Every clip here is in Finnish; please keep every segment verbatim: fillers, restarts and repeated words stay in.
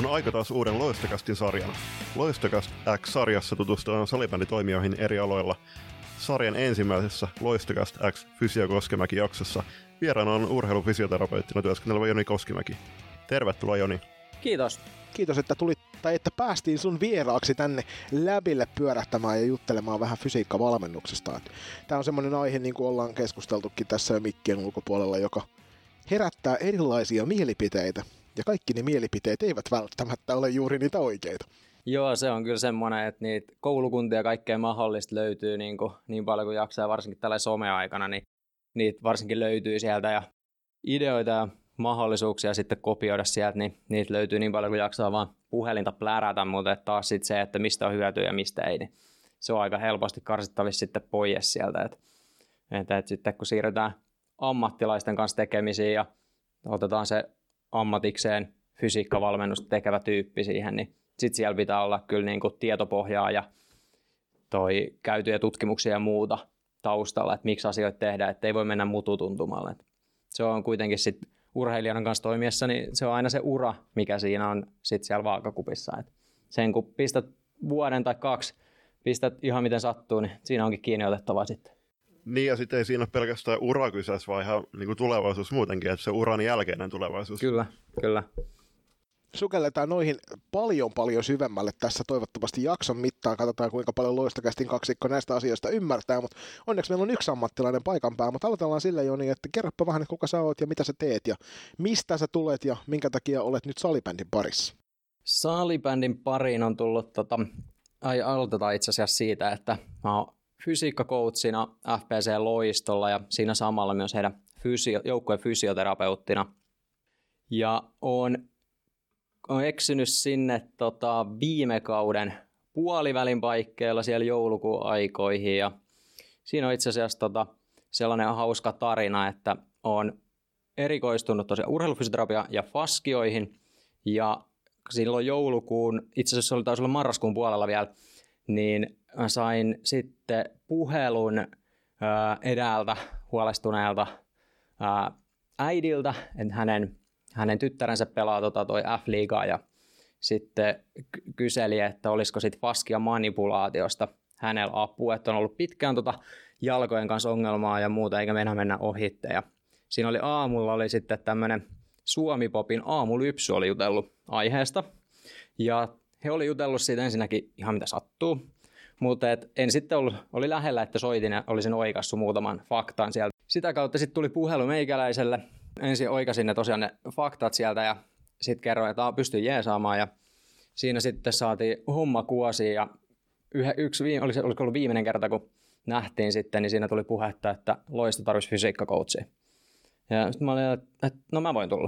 On aika taas uuden Loistokastin sarjan. Loistokast X-sarjassa tutustutaan salibänditoimijoihin eri aloilla. Sarjan ensimmäisessä Loistokast X Fysio Koskemäki jaksossa vieraana on urheilufysioterapeuttina työskentelevä Joni Koskimäki. Tervetuloa Joni. Kiitos. Kiitos, että tulit, tai että päästiin sun vieraaksi tänne läbille pyörähtämään ja juttelemaan vähän fysiikkavalmennuksesta. Tämä on semmoinen aihe, niin kuin ollaan keskusteltukin tässä mikkien ulkopuolella, joka herättää erilaisia mielipiteitä. Ja kaikki ne mielipiteet eivät välttämättä ole juuri niitä oikeita. Joo, se on kyllä semmoinen, että niitä koulukuntia ja kaikkea mahdollista löytyy niin, kuin, niin paljon kuin jaksaa, varsinkin tällä someaikana, niin niitä varsinkin löytyy sieltä ja ideoita ja mahdollisuuksia sitten kopioida sieltä, niin niitä löytyy niin paljon kuin jaksaa vaan puhelinta plärätä, mutta taas sitten se, että mistä on hyötyä ja mistä ei, niin se on aika helposti karsittavissa sitten pois sieltä. Että, että, että sitten kun siirrytään ammattilaisten kanssa tekemisiin ja otetaan se ammatikseen fysiikkavalmennusta tekevä tyyppi siihen, niin sitten siellä pitää olla kyllä niin kuin tietopohjaa ja toi käytyjä tutkimuksia ja muuta taustalla, että miksi asioita tehdään, että ei voi mennä mututuntumalle. Se on kuitenkin sitten urheilijan kanssa toimiessa, niin se on aina se ura, mikä siinä on sitten siellä vaakakupissa. Et sen kun pistät vuoden tai kaksi, pistät ihan miten sattuu, niin siinä onkin kiinni otettava sitten. Niin ja sitten ei siinä ole pelkästään ura kyseessä, vaan ihan niin kuin tulevaisuus muutenkin, että se uran jälkeinen tulevaisuus. Kyllä, kyllä. Sukelletaan noihin paljon paljon syvemmälle tässä toivottavasti jakson mittaan. Katsotaan kuinka paljon Loistokästin kaksikko näistä asioista ymmärtää, mutta onneksi meillä on yksi ammattilainen paikan päällä. Mutta aloitellaan sillä Joni, että kerropa vähän, että kuka sä oot ja mitä sä teet ja mistä sä tulet ja minkä takia olet nyt salibändin parissa. Salibändin pariin on tullut, tota, ai, aloitetaan itse asiassa siitä, että mä oon fysiikkakoutsina F P C Loistolla ja siinä samalla myös heidän fysio, joukkueen fysioterapeuttina. Ja on Olen eksynyt sinne tota, viime kauden puolivälin paikkeilla siellä joulukuun aikoihin ja siinä on itse asiassa tota, sellainen hauska tarina, että olen erikoistunut tosiaan urheilufysioterapiaan ja faskioihin ja silloin joulukuun, itse asiassa oli taisi olla marraskuun puolella vielä, niin sain sitten puhelun ää, edeltä huolestuneelta ää, äidiltä, että hänen Hänen tyttärensä pelaa tota toi F-liigaa ja sitten kyseli, että olisiko sitten faskia manipulaatiosta hänellä apua, että on ollut pitkään tota jalkojen kanssa ongelmaa ja muuta, eikä mennä mennä ohitte. Ja siinä oli aamulla oli sitten tämmöinen Suomi-popin aamulypsy oli jutellut aiheesta ja he oli jutellut siitä ensinnäkin ihan mitä sattuu, mutta et en sitten ollut, oli lähellä, että soitin ja olisin oikaissut muutaman faktan sieltä. Sitä kautta sitten tuli puhelu meikäläiselle. Ensin oikaisin ne tosiaan ne faktat sieltä ja sitten kerroin, että pystyn jeesaamaan ja siinä sitten saatiin homma kuosiin ja yhä, yksi viime, oliko ollut viimeinen kerta, kun nähtiin sitten, niin siinä tuli puhetta, että Loisto tarvitsisi fysiikkakoutsia. Ja sitten mä olin, että no mä voin tulla.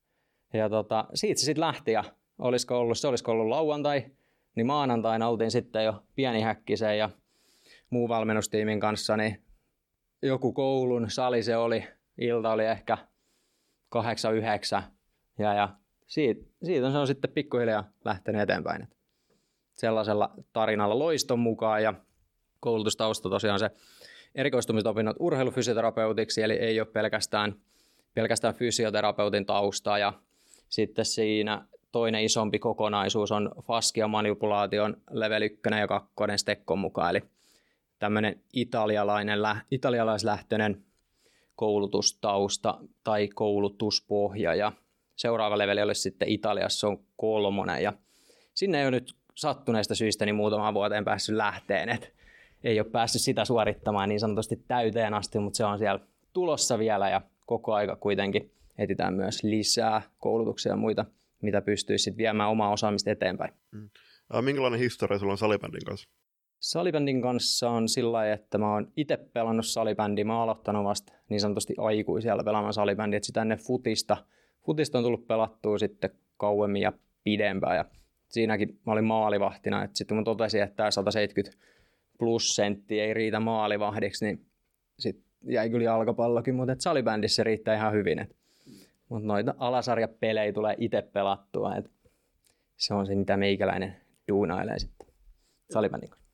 Ja tota, siitä se sitten lähti ja olisiko ollut, se olisiko ollut lauantai, niin maanantaina oltiin sitten jo pieni häkkisen ja muun valmennustiimin kanssa, niin joku koulun sali se oli, ilta oli ehkä kahdeksan, yhdeksän, ja, ja siitä, siitä se on sitten pikkuhiljaa lähtenyt eteenpäin. Et sellaisella tarinalla Loiston mukaan, ja koulutustausta tosiaan se erikoistumisopinnot urheilufysioterapeutiksi, eli ei ole pelkästään, pelkästään fysioterapeutin tausta, ja sitten siinä toinen isompi kokonaisuus on faskia manipulaation level yksi ja kaksi Stekkon mukaan, eli tämmöinen italialainen, italialaislähtöinen koulutustausta tai koulutuspohja ja seuraava leveli olisi sitten Italiassa on kolmonen ja sinne ei ole nyt sattuneista syistä niin muutamaan vuoteen päässyt lähteen, että ei ole päässyt sitä suorittamaan niin sanotusti täyteen asti, mutta se on siellä tulossa vielä ja koko aika kuitenkin etsitään myös lisää koulutuksia ja muita, mitä pystyisi sitten viemään omaa osaamista eteenpäin. Mm. Minkälainen historia sulla on salibändin kanssa? Salibändin kanssa on sillä lailla, että mä oon itse pelannut salibändiä. Mä oon aloittanut vasta niin sanotusti aikuisella pelaamaan salibändiä. Sitten tänne futista. Futista on tullut pelattua sitten kauemmin ja pidempään. Ja siinäkin mä olin maalivahtina. Sitten kun mä totesin, että tämä sata seitsemänkymmentä plus senttiä ei riitä maalivahdiksi, niin sitten jäi kyllä jalkapallokin. Mutta salibändissä se riittää ihan hyvin. Mutta noita alasarjapelejä tulee itse pelattua. Et se on se, mitä meikäläinen duunailee sitten salibändin kanssa.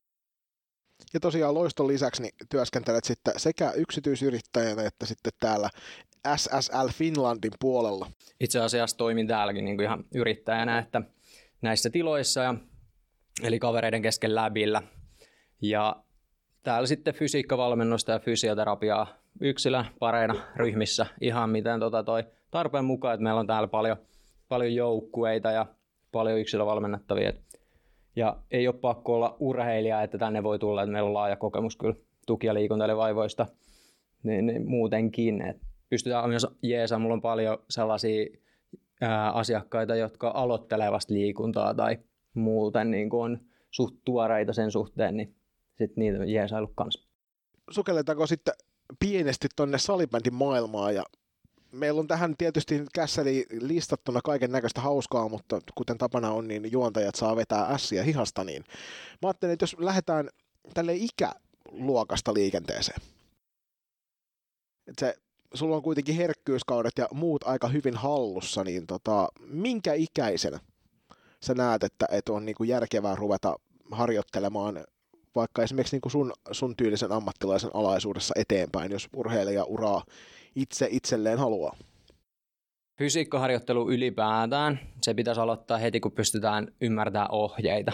Ja tosiaan Loiston lisäksi niin työskentelet sitten sekä yksityisyrittäjänä että sitten täällä S S L Finlandin puolella. Itse asiassa toimin täälläkin niin kuin ihan yrittäjänä, että näissä tiloissa, ja, eli kavereiden kesken läbillä. Ja täällä sitten fysiikkavalmennusta ja fysioterapiaa yksilö, pareina, ryhmissä, ihan miten tota toi tarpeen mukaan, että meillä on täällä paljon, paljon joukkueita ja paljon yksilövalmennettavia. Ja ei ole pakko olla urheilija, että tänne voi tulla, että meillä on laaja kokemus kyllä tuki- ja liikuntailevaivoista niin, niin muutenkin. Et pystytään myös jeesaamaan, mulla on paljon sellaisia ää, asiakkaita, jotka aloittelee vasta liikuntaa tai muuten niin kuin on suht tuoreita sen suhteen, niin sitten niitä on jeesailu kanssa. Sukelletaanko sitten pienesti tonne salibändin maailmaan, ja meillä on tähän tietysti kässäri listattuna kaiken näköistä hauskaa, mutta kuten tapana on, niin juontajat saa vetää ässiä hihasta, niin mä ajattelin, että jos lähdetään tälle ikäluokasta liikenteeseen, että se, sulla on kuitenkin herkkyyskaudet ja muut aika hyvin hallussa, niin tota, minkä ikäisenä sä näet, että, että on niinku järkevää ruveta harjoittelemaan vaikka esimerkiksi niinku sun, sun tyylisen ammattilaisen alaisuudessa eteenpäin, jos urheilija uraa itse itselleen haluaa? Fysiikkaharjoittelu ylipäätään, se pitäisi aloittaa heti, kun pystytään ymmärtämään ohjeita.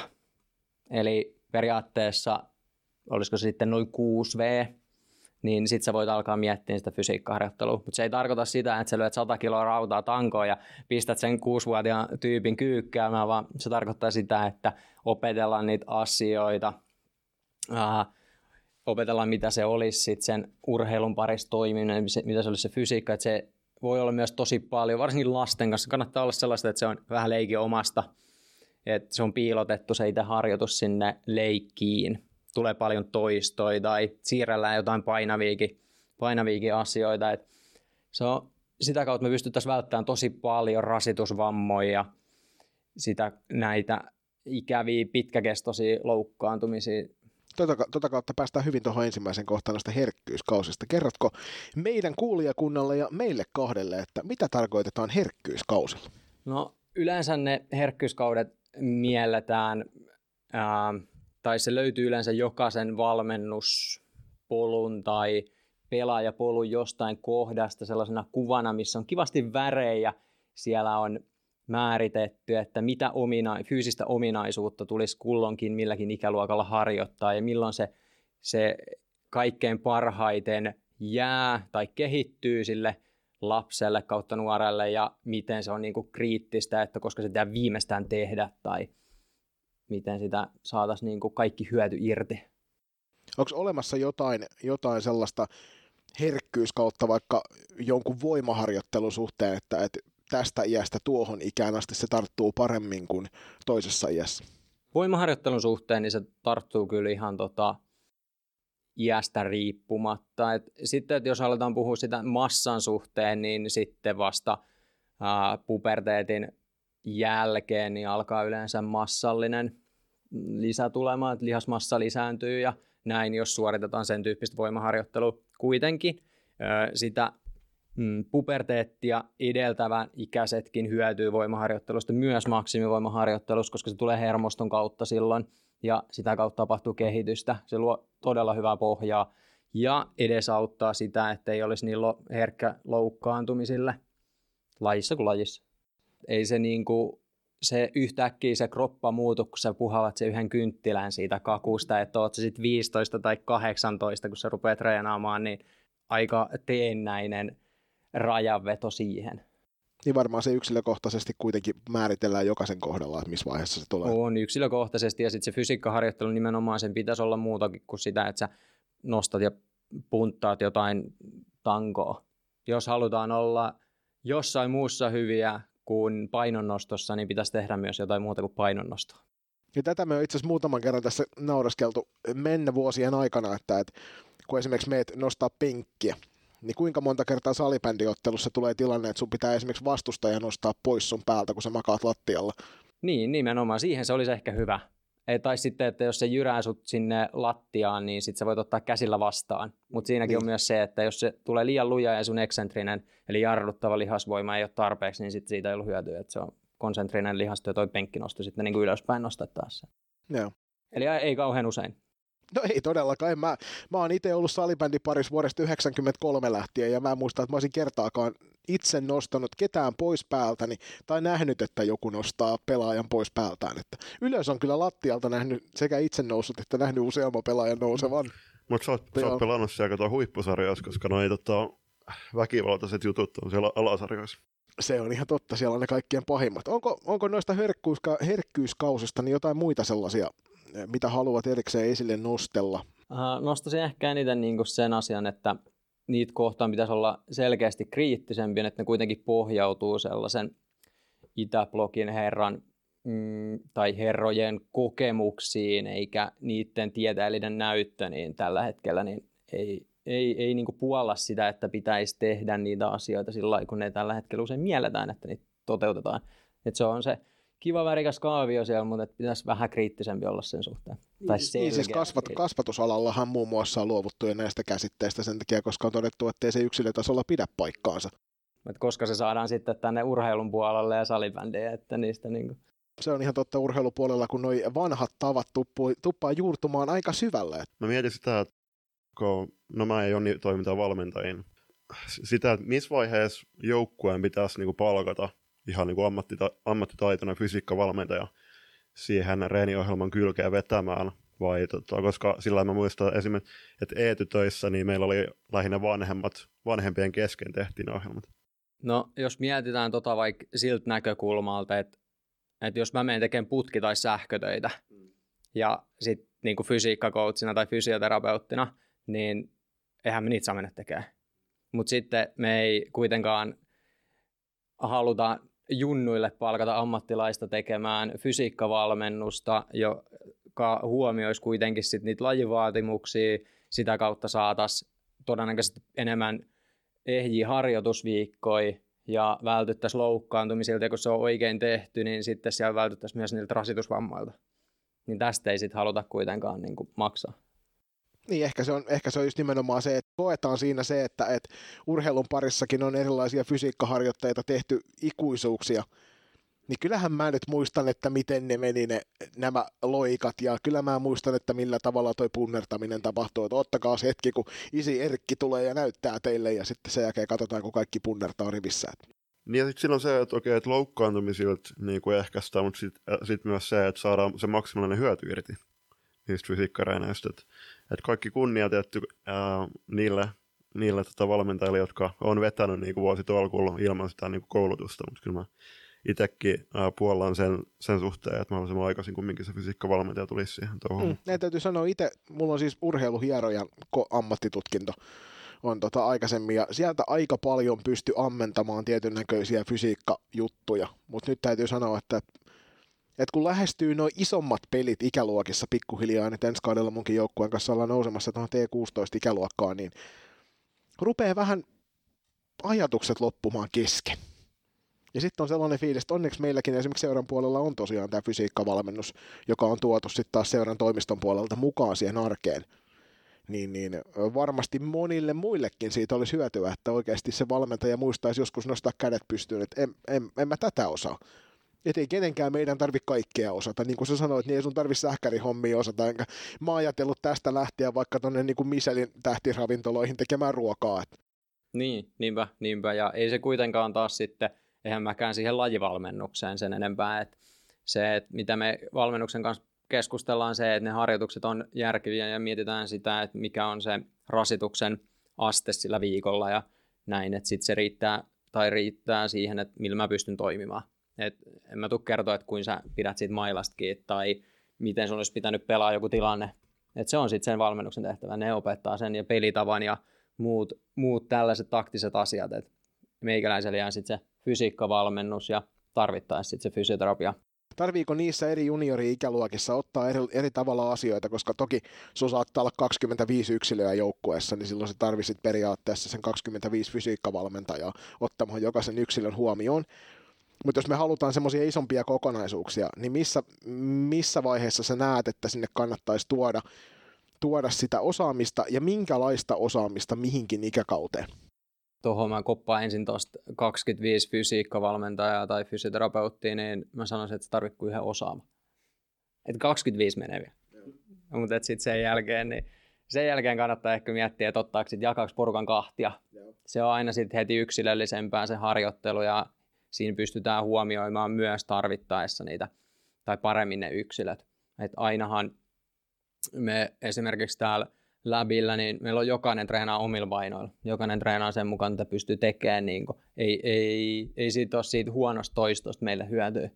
Eli periaatteessa, olisiko se sitten noin kuusi vuotta, niin sitten sä voit alkaa miettiä sitä fysiikkaharjoittelua. Mutta se ei tarkoita sitä, että sä lyöt sata kiloa rautaa tankoon ja pistät sen kuusivuotiaan tyypin kyykkäämään, vaan se tarkoittaa sitä, että opetellaan niitä asioita, äh, opetellaan mitä se olisi sit sen urheilun parissa toimiminen, mitä se olisi se fysiikka, että se voi olla myös tosi paljon, varsinkin lasten kanssa. Kannattaa olla sellaista, että se on vähän leikin omasta, että se on piilotettu se itse harjoitus sinne leikkiin. Tulee paljon toistoja tai siirrellään jotain painaviakin, painaviakin asioita. Et se on, sitä kautta me pystyttäisiin välttämään tosi paljon rasitusvammoja ja sitä, näitä ikäviä pitkäkestoisia loukkaantumisia. Tota, tota kautta päästään hyvin tuohon ensimmäisen kohtaan noista herkkyyskausista. Kerrotko meidän kuulijakunnalle ja meille kahdelle, että mitä tarkoitetaan herkkyyskausilla? No yleensä ne herkkyyskaudet mielletään, ää, tai se löytyy yleensä jokaisen valmennuspolun tai pelaajapolun jostain kohdasta sellaisena kuvana, missä on kivasti värejä. Siellä on määritetty, että mitä omina- fyysistä ominaisuutta tulisi kulloinkin milläkin ikäluokalla harjoittaa ja milloin se, se kaikkein parhaiten jää tai kehittyy sille lapselle kautta nuorelle ja miten se on niin kuin kriittistä, että koska se pitää viimeistään tehdä tai miten sitä saataisiin niin kuin kaikki hyöty irti. Onko olemassa jotain, jotain sellaista herkkyyskautta vaikka jonkun voimaharjoittelun suhteen, että, että tästä iästä tuohon ikään asti se tarttuu paremmin kuin toisessa iässä? Voimaharjoittelun suhteen niin se tarttuu kyllä ihan tota, iästä riippumatta. Et sitten että jos aletaan puhua sitä massan suhteen, niin sitten vasta ää, puberteetin jälkeen niin alkaa yleensä massallinen lisä tulemaan, että lihasmassa lisääntyy ja näin, jos suoritetaan sen tyyppistä voimaharjoittelua. Kuitenkin ää, sitä mm, puberteettia edeltävän ikäisetkin hyötyy voimaharjoittelusta, myös maksimivoimaharjoittelusta, koska se tulee hermoston kautta silloin ja sitä kautta tapahtuu kehitystä. Se luo todella hyvää pohjaa ja edesauttaa sitä, että ei olisi niin herkkä loukkaantumisille lajissa kuin lajissa. Ei se, niinku, se yhtäkkiä se kroppa muutu, kun sä puhallat sen yhden kynttilän siitä kakusta, että oot sä sitten viisitoista tai kahdeksantoista, kun sä rupeat treenaamaan, niin aika teennäinen rajanveto siihen. Niin varmaan se yksilökohtaisesti kuitenkin määritellään jokaisen kohdalla, että missä vaiheessa se tulee. On yksilökohtaisesti ja sitten se fysiikkaharjoittelu nimenomaan sen pitäisi olla muutakin kuin sitä, että sä nostat ja punttaat jotain tankoa. Jos halutaan olla jossain muussa hyviä kuin painonnostossa, niin pitäisi tehdä myös jotain muuta kuin painonnostoa. Ja tätä me on itse asiassa muutaman kerran tässä naureskeltu mennä vuosien aikana, että, että kun esimerkiksi meet nostaa penkkiä, niin kuinka monta kertaa salibändiottelussa tulee tilanne, että sun pitää esimerkiksi vastustaja nostaa pois sun päältä, kun sä makaat lattialla. Niin, nimenomaan. Siihen se olisi ehkä hyvä. Ei, tai sitten, että jos se jyrää sut sinne lattiaan, niin sit sä voit ottaa käsillä vastaan. Mutta siinäkin niin on myös se, että jos se tulee liian luja ja sun eksentrinen, eli jarruttava lihasvoima ei ole tarpeeksi, niin sit siitä ei ollut hyötyä. Että se on konsentrinen lihasto ja toi penkkinosto sitten niin kuin ylöspäin nostettaessa. Joo. Eli ei kauhean usein. No ei todellakaan. En mä, mä oon itse ollut salibändin parissa vuodesta yhdeksänkymmentäkolme lähtien ja mä en muista, että mä olisin kertaakaan itse nostanut ketään pois päältäni tai nähnyt, että joku nostaa pelaajan pois päältään. Että ylös on kyllä lattialta nähnyt sekä itse noussut että nähnyt useamman pelaajan nousevan. Mutta sä, sä oot pelannut siellä kato huippusarjoissa, koska noi tota, väkivaltaiset jutut on siellä alasarjoissa. Se on ihan totta, siellä on ne kaikkien pahimmat. Onko, onko noista herkkyyska- herkkyyskausista niin jotain muita sellaisia, mitä haluat erikseen esille nostella? Uh, nostaisin ehkä eniten niin kuin sen asian, että niitä kohtaan pitäisi olla selkeästi kriittisempiä, että ne kuitenkin pohjautuu sellaisen Itäblokin herran mm, tai herrojen kokemuksiin, eikä niiden tieteellinen näyttö, niin tällä hetkellä niin ei, ei, ei niin kuin puolla sitä, että pitäisi tehdä niitä asioita sillä lailla, kun ne tällä hetkellä usein mielletään, että niitä toteutetaan. Että se on se kiva värikäs kaavio siellä, mutta pitäisi vähän kriittisempi olla sen suhteen. Niin, tai niin siis kasvat, kasvatusalallahan muun muassa on luovuttu jo näistä käsitteistä sen takia, koska on todettu, että ei se yksilötasolla pidä paikkaansa. Et koska se saadaan sitten tänne urheilun puolelle ja salibändiin, että niistä niinku... Se on ihan totta urheilupuolella, kun nuo vanhat tavat tuppuu, tuppaa juurtumaan aika syvälle. Mä mietin sitä, että kun, no mä en ole toimintaa valmentajien, sitä, että missä vaiheessa joukkueen pitäisi niinku palkata ihan niinku ammattita- ammattitaitoinen fysiikkavalmentaja siihen reeniohjelman kylkeen vetämään, vai tota, koska sillä mä muistan esimerkiksi, että E-tytöissä niin meillä oli lähinnä vanhemmat, vanhempien kesken tehtiin ohjelmat. No jos mietitään tota vaikka siltä näkökulmalta, että, että jos mä menen tekemään putki- tai sähkötöitä mm. ja sitten niin fysiikkakoutsina tai fysioterapeuttina, niin eihän me niitä saa mennä tekemään. Mutta sitten me ei kuitenkaan haluta junnuille palkata ammattilaista tekemään fysiikkavalmennusta, joka huomioisi kuitenkin sit niitä lajivaatimuksia, sitä kautta saataisiin todennäköisesti enemmän ehjiä harjoitusviikkoja ja vältyttäisiin loukkaantumisilta, ja kun se on oikein tehty, niin sitten siellä vältyttäisiin myös niiltä rasitusvammoilta. Niin tästä ei sitten haluta kuitenkaan niin kuin maksaa. Niin, ehkä se, on, ehkä se on just nimenomaan se, että koetaan siinä se, että, että urheilun parissakin on erilaisia fysiikkaharjoitteita tehty ikuisuuksia. Niin kyllähän mä nyt muistan, että miten ne meni ne, nämä loikat, ja kyllä mä muistan, että millä tavalla toi punnertaminen tapahtuu. Että ottakaa se hetki, kun isi Erkki tulee ja näyttää teille, ja sitten sen jälkeen katsotaan, kun kaikki punnertaa rivissä. Niin ja sitten siinä on se, että okei, että loukkaantumisilta niin kuin ehkäistään, mutta sitten sit myös se, että saadaan se maksimaalinen hyöty irti niistä fysiikkareeneistä. Että et kaikki kunnia tietty ää, niille, niille tota valmentajille, jotka on vetänyt niin kuin vuositolkulla ilman sitä niin kuin koulutusta, mutta kyllä mä itsekin ää, puollaan sen, sen suhteen, että mahdollisimman aikaisin kumminkin se fysiikkavalmentaja tulisi siihen tuohon. Mm, näin täytyy sanoa itse, mulla on siis urheiluhierojan ammattitutkinto on tota aikaisemmin, ja sieltä aika paljon pysty ammentamaan tietyn näköisiä fysiikkajuttuja, mutta nyt täytyy sanoa, että, että kun lähestyy nuo isommat pelit ikäluokissa pikkuhiljaa, nyt ensi kaudella munkin joukkueen kanssa ollaan nousemassa tuohon T kuusitoista ikäluokkaan, niin rupeaa vähän ajatukset loppumaan kesken. Ja sitten on sellainen fiilis, että onneksi meilläkin esimerkiksi seuran puolella on tosiaan tämä fysiikkavalmennus, joka on tuotu sitten taas seuran toimiston puolelta mukaan siihen arkeen. Niin, niin varmasti monille muillekin siitä olisi hyötyä, että oikeasti se valmentaja muistaisi joskus nostaa kädet pystyyn, että en, en, en mä tätä osaa. Että ei kenenkään meidän tarvitse kaikkea osata. Niin kuin sä sanoit, niin ei sun tarvitse sähkärihommia osata. Enkä mä oon ajatellut tästä lähtien vaikka tuonne niin kuin Michelin tähtiravintoloihin tekemään ruokaa. Niin, niinpä, niinpä. Ja ei se kuitenkaan taas sitten, eihän mäkään siihen lajivalmennukseen sen enempää. Että se, että mitä me valmennuksen kanssa keskustellaan se, että ne harjoitukset on järkeviä ja mietitään sitä, että mikä on se rasituksen aste sillä viikolla ja näin, että sitten se riittää tai riittää siihen, että millä mä pystyn toimimaan. Et en mä tule kertoa, että kuin sä pidät siitä mailasta kiinni tai miten sun olisi pitänyt pelaa joku tilanne. Et se on sitten sen valmennuksen tehtävä. Ne opettaa sen ja pelitavan ja muut, muut tällaiset taktiset asiat. Et meikäläisellä jää sitten se fysiikkavalmennus ja tarvittaessa sitten se fysioterapia. Tarviiko niissä eri juniori-ikäluokissa ottaa eri, eri tavalla asioita, koska toki sun saattaa olla kaksikymmentäviisi yksilöä joukkueessa, niin silloin sä tarvitsit periaatteessa sen kaksikymmentäviisi fysiikkavalmentajaa ottamaan jokaisen yksilön huomioon. Mutta jos me halutaan semmoisia isompia kokonaisuuksia, niin missä, missä vaiheessa sä näet, että sinne kannattaisi tuoda, tuoda sitä osaamista ja minkälaista osaamista mihinkin ikäkauteen? Tuohon mä koppaan ensin tuosta kaksikymmentäviisi fysiikkavalmentajaa tai fysioterapeuttia, niin mä sanoisin, että se tarvitsee kuin yhden osaamaan. Että kaksikymmentäviisi menee vielä. mutta sitten sen jälkeen, niin sen jälkeen kannattaa ehkä miettiä, että ottaako sitten jakaako porukan kahtia. Joo. Se on aina sitten heti yksilöllisempää se harjoittelu ja siinä pystytään huomioimaan myös tarvittaessa niitä tai paremmin ne yksilöt. Et ainahan me esimerkiksi täällä läbillä, niin meillä on jokainen treenaa omilla painoilla. Jokainen treenaa sen mukaan, mitä pystyy tekemään. Niin ei, ei, ei siitä ole siitä huonosta toistosta meille hyötyä.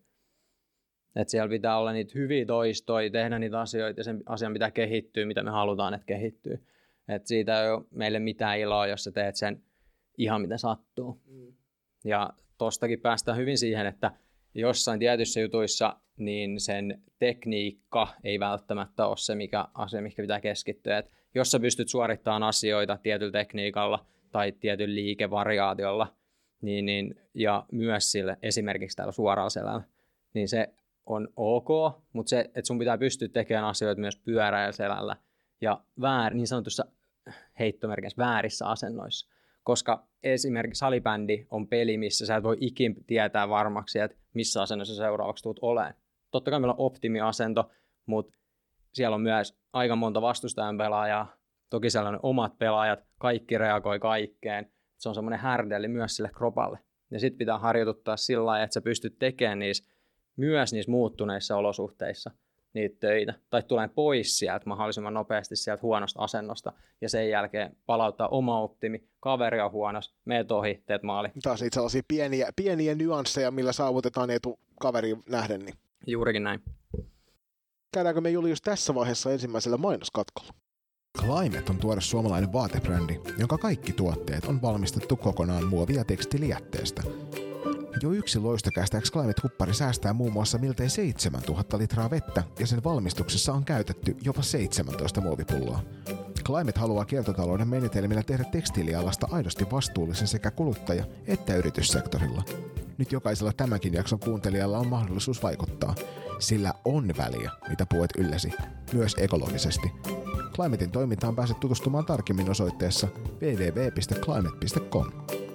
Et siellä pitää olla niitä hyviä toistoja, tehdä niitä asioita ja sen asian pitää kehittyä, mitä me halutaan, että kehittyy. Et siitä ei ole meille mitään iloa, jos sä teet sen ihan mitä sattuu. Mm. Ja tostakin päästään hyvin siihen, että jossain tietyissä jutuissa niin sen tekniikka ei välttämättä ole se mikä asia, mikä pitää keskittyä. Et jos sä pystyt suorittamaan asioita tietyllä tekniikalla tai tietyllä liikevariaatiolla, niin, niin, ja myös sille esimerkiksi täällä suoralla selällä, niin se on ok, mutta se, että sun pitää pystyä tekemään asioita myös pyöräillä selällä ja väär, niin sanotussa heittomerkissä väärissä asennoissa. Koska esimerkiksi salibändi on peli, missä sä et voi ikin tietää varmaksi, että missä asennossa seuraavaksi tulet olemaan. Totta kai meillä on optimiasento, mutta siellä on myös aika monta vastustajan pelaajaa. Toki siellä on omat pelaajat, kaikki reagoi kaikkeen. Se on semmoinen härdelli myös sille kropalle. Ja sitten pitää harjoituttaa sillä lailla, että sä pystyt tekemään niissä, myös niissä muuttuneissa olosuhteissa niitä töitä. Tai tulee pois sieltä mahdollisimman nopeasti sieltä huonosta asennosta ja sen jälkeen palauttaa oma optimi. Kaveri on huonos, meet ohi, teet maali. Taas niitä sellaisia pieniä, pieniä nyansseja, millä saavutetaan etu kaveriin nähden. Niin. Juurikin näin. Käydäänkö me Julius tässä vaiheessa ensimmäisellä mainoskatkolla? Climate on tuore suomalainen vaatebrändi, jonka kaikki tuotteet on valmistettu kokonaan muovi- ja tekstiilijätteestä. Jo yksi Loistokästä X Climate-huppari säästää muun muassa miltei seitsemäntuhatta litraa vettä ja sen valmistuksessa on käytetty jopa seitsemäntoista muovipulloa. Climate haluaa kiertotalouden menetelmillä tehdä tekstiilialasta aidosti vastuullisen sekä kuluttaja- että yrityssektorilla. Nyt jokaisella tämänkin jakson kuuntelijalla on mahdollisuus vaikuttaa, sillä on väliä, mitä puet ylläsi, myös ekologisesti. Climatein toimintaan pääset tutustumaan tarkemmin osoitteessa double-u double-u double-u piste climate piste com.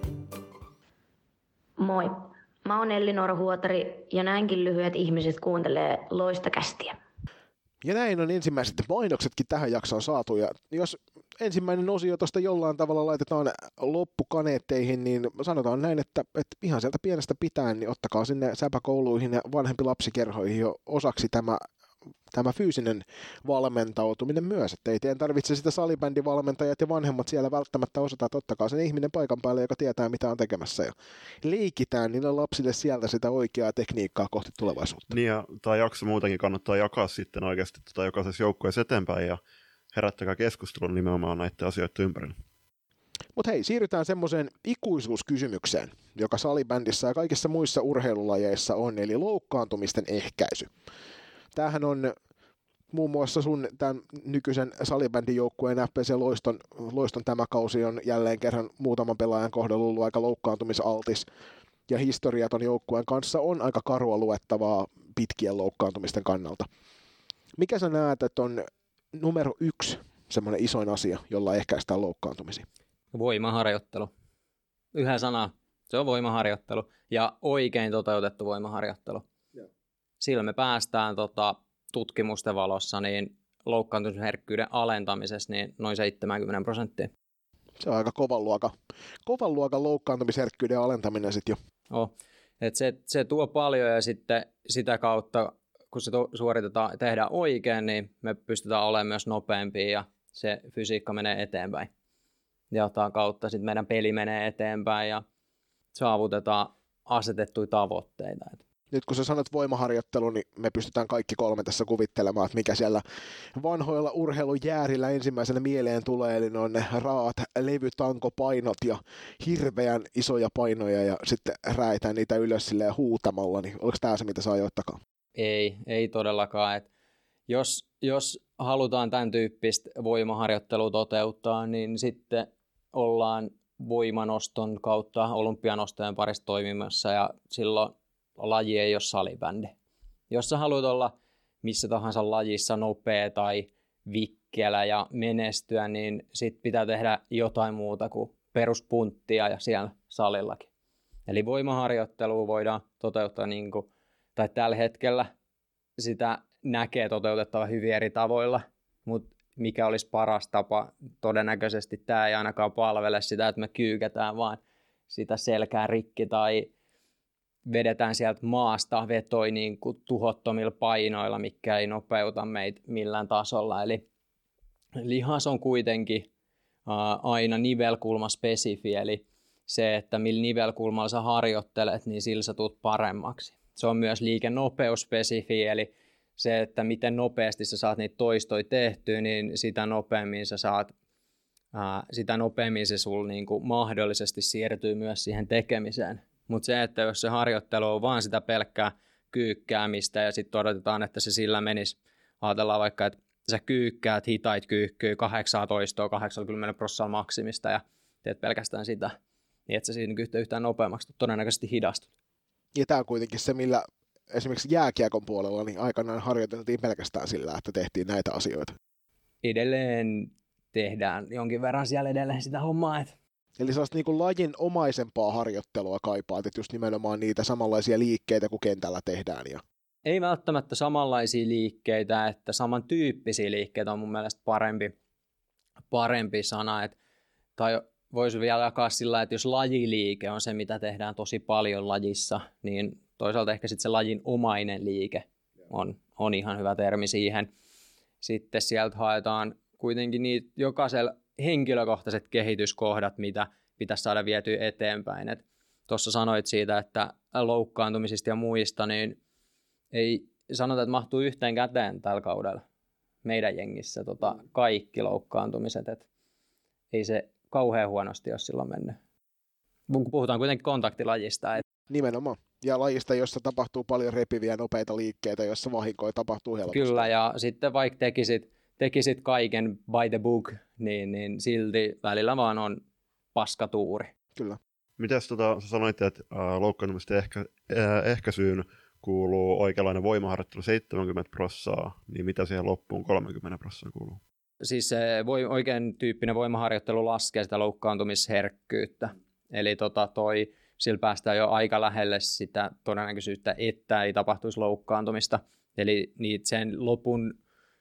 Moi, mä oon Elli-Noora Huotari ja näinkin lyhyet ihmiset kuuntelee Loistokästiä. Ja näin on ensimmäiset mainoksetkin tähän jaksoon saatu. Ja jos ensimmäinen osio tuosta jollain tavalla laitetaan loppukaneetteihin, niin sanotaan näin, että, että ihan sieltä pienestä pitäen, niin ottakaa sinne säpäkouluihin ja vanhempi lapsikerhoihin jo osaksi tämä, tämä fyysinen valmentautuminen myös. Että ei teidän tarvitse sitä salibändivalmentajat ja vanhemmat siellä välttämättä osata, että ottakaa sen ihminen paikan päälle, joka tietää mitä on tekemässä. Ja leikitään niille lapsille sieltä sitä oikeaa tekniikkaa kohti tulevaisuutta. Niin ja tämä jakso muutenkin kannattaa jakaa sitten oikeasti tota jokaisessa joukkueessa eteenpäin ja herättäkää keskustelun nimenomaan näiden asioiden ympärillä. Mutta hei, siirrytään semmoiseen ikuisuuskysymykseen, joka salibändissä ja kaikissa muissa urheilulajeissa on, eli loukkaantumisten ehkäisy. Tämähän on muun muassa sun tämän nykyisen salibändijoukkueen F P C Loiston, Loiston tämä kausi on jälleen kerran muutaman pelaajan kohdalla ollut aika loukkaantumisaltis. Ja historia ton joukkueen kanssa on aika karua luettavaa pitkien loukkaantumisten kannalta. Mikä sä näet, että on numero yksi semmoinen isoin asia, jolla ehkäistään loukkaantumisia? Voimaharjoittelu. Yhä sana, se on voimaharjoittelu ja oikein toteutettu voimaharjoittelu. Yeah. Sillä me päästään tota, tutkimusten valossa niin loukkaantumisherkkyyden alentamisessa niin noin seitsemänkymmentä prosenttia. Se on aika kovan luokan, kovan luokan loukkaantumisherkkyyden alentaminen sitten jo. Oh. Et se, se tuo paljon ja sitten sitä kautta, kun se to, suoritetaan, tehdään oikein, niin me pystytään olemaan myös nopeampia ja se fysiikka menee eteenpäin. Ja tämän kautta sitten meidän peli menee eteenpäin ja saavutetaan asetettuja tavoitteita. Nyt kun sä sanot voimaharjoittelu, niin me pystytään kaikki kolme tässä kuvittelemaan, että mikä siellä vanhoilla urheilujäärillä ensimmäisenä mieleen tulee, eli ne on ne raat levytankopainot ja hirveän isoja painoja ja sitten rääitään niitä ylös silleen huutamalla, niin oliko tämä se, mitä saa ajoittakaan? Ei, ei todellakaan. Et jos, jos halutaan tämän tyyppistä voimaharjoittelua toteuttaa, niin sitten ollaan voimanoston kautta olympianostojen parissa toimimassa ja silloin laji ei ole salibändi. Jos sä haluat olla missä tahansa lajissa nopea tai vikkelä ja menestyä, niin sit pitää tehdä jotain muuta kuin peruspunttia ja siellä salillakin. Eli voimaharjoittelua voidaan toteuttaa niin kuin, tai tällä hetkellä sitä näkee toteutettava hyvin eri tavoilla. mutta mikä olisi paras tapa, todennäköisesti tämä ei ainakaan palvele sitä, että me kyykätään vaan sitä selkää rikki tai vedetään sieltä maasta vetoi niin kuin tuhottomilla painoilla, mikä ei nopeuta meitä millään tasolla. Eli lihas on kuitenkin uh, aina nivelkulmaspesifi, eli se, että millä nivelkulmalla sä harjoittelet, niin sillä sä tulet paremmaksi. Se on myös liikenopeuspesifi, eli se, että miten nopeasti sä saat niitä toistoja tehtyä, niin sitä nopeammin sä saat, ää, sitä nopeammin se sulla niinku mahdollisesti siirtyy myös siihen tekemiseen. Mutta se, että jos se harjoittelu on vaan sitä pelkkää kyykkäämistä ja sitten odotetaan, että se sillä menisi, ajatellaan vaikka, että sä kyykkäät hitait kyykkyy kahdeksan toistoa kahdeksankymmentä prosenttia maksimista ja teet pelkästään sitä, niin et sä siinä yhtään nopeammaksi todennäköisesti hidastut. Ja tämä on kuitenkin se, millä esimerkiksi jääkiekon puolella niin aikanaan harjoiteltiin pelkästään sillä, että tehtiin näitä asioita. Edelleen tehdään jonkin verran siellä edelleen sitä hommaa. Että... Eli sellaista niin kuin lajin omaisempaa harjoittelua kaipaat, että just nimenomaan niitä samanlaisia liikkeitä kuin kentällä tehdään. Ja... Ei välttämättä samanlaisia liikkeitä, että samantyyppisiä liikkeitä on mun mielestä parempi, parempi sana. Että, tai voisi vielä jakaa sillä, että jos lajiliike on se, mitä tehdään tosi paljon lajissa, niin toisaalta ehkä sitten se lajin omainen liike on, on ihan hyvä termi siihen. Sitten sieltä haetaan kuitenkin niitä jokaisella henkilökohtaiset kehityskohdat, mitä pitäisi saada vietyä eteenpäin. Tuossa sanoit siitä, että loukkaantumisista ja muista, niin ei sanota, että mahtuu yhteen käteen tällä kaudella meidän jengissä tota, kaikki loukkaantumiset. Et ei se kauhean huonosti ole silloin mennyt. Puhutaan kuitenkin kontaktilajista. Et... Nimenomaan. Ja lajista, jossa tapahtuu paljon repiviä nopeita liikkeitä, jossa vahinkoja tapahtuu helposti. Kyllä, ja sitten vaikka tekisit, tekisit kaiken by the book, niin, niin silti välillä vaan on paskatuuri. Kyllä. Mites tota, sä sanoit, että äh, loukkaantumisten ehkä, äh, ehkäisyyn kuuluu oikeanlainen voimaharjoittelu seitsemänkymmentä prosenttia, niin mitä siihen loppuun kolmekymmentä prosenttia kuuluu? Siis se voi, oikein tyyppinen voimaharjoittelu laskee sitä loukkaantumisherkkyyttä. Eli tota toi... Sillä päästään jo aika lähelle sitä todennäköisyyttä, että ei tapahtuisi loukkaantumista. Eli sen lopun,